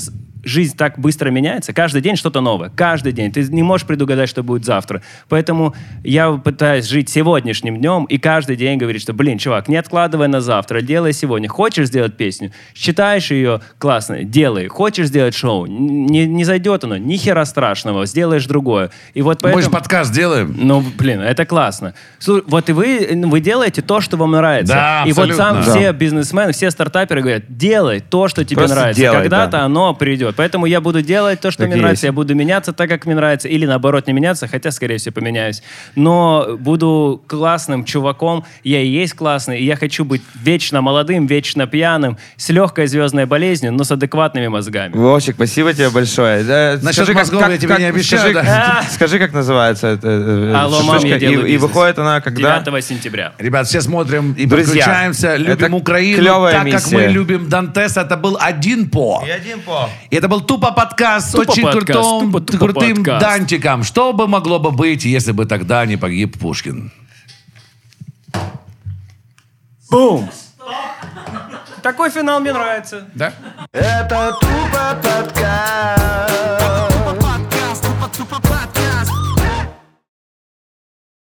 жизнь так быстро меняется. Каждый день что-то новое. Каждый день. Ты не можешь предугадать, что будет завтра. Поэтому я пытаюсь жить сегодняшним днем и каждый день говорить, что, чувак, не откладывай на завтра, делай сегодня. Хочешь сделать песню? Считаешь ее классной? Делай. Хочешь сделать шоу? Не зайдет оно. Ни хера страшного. Сделаешь другое. И вот поэтому... Мы же подкаст делаем. Это классно. Вот и вы делаете то, что вам нравится. Да, и абсолютно. вот все бизнесмены, все стартаперы говорят, делай то, что тебе Просто нравится. делай, Когда-то да. оно придет. Поэтому я буду делать то, что Так мне и нравится. есть. Я буду меняться так, как мне нравится. Или наоборот не меняться, хотя, скорее всего, поменяюсь. Но буду классным чуваком. Я и есть классный. И я хочу быть вечно молодым, вечно пьяным, с легкой звездной болезнью, но с адекватными мозгами. Вовчик, спасибо тебе большое. Насчет мозгов я тебе не обещаю, Скажи, как называется эта Алло, штучка. мам, я делаю И бизнес. выходит она когда? 9 сентября. Ребят, все смотрим и Друзья, подключаемся. Любим это Украину клевая так, как миссия. мы любим Дантес. Это был один по. И это был тупо подкаст с Тупо очень подкаст, тупо крутым подкаст. Дантиком. Что бы могло бы быть, если бы тогда не погиб Пушкин? Бум! Такой финал мне нравится. Да? Это тупо подкаст.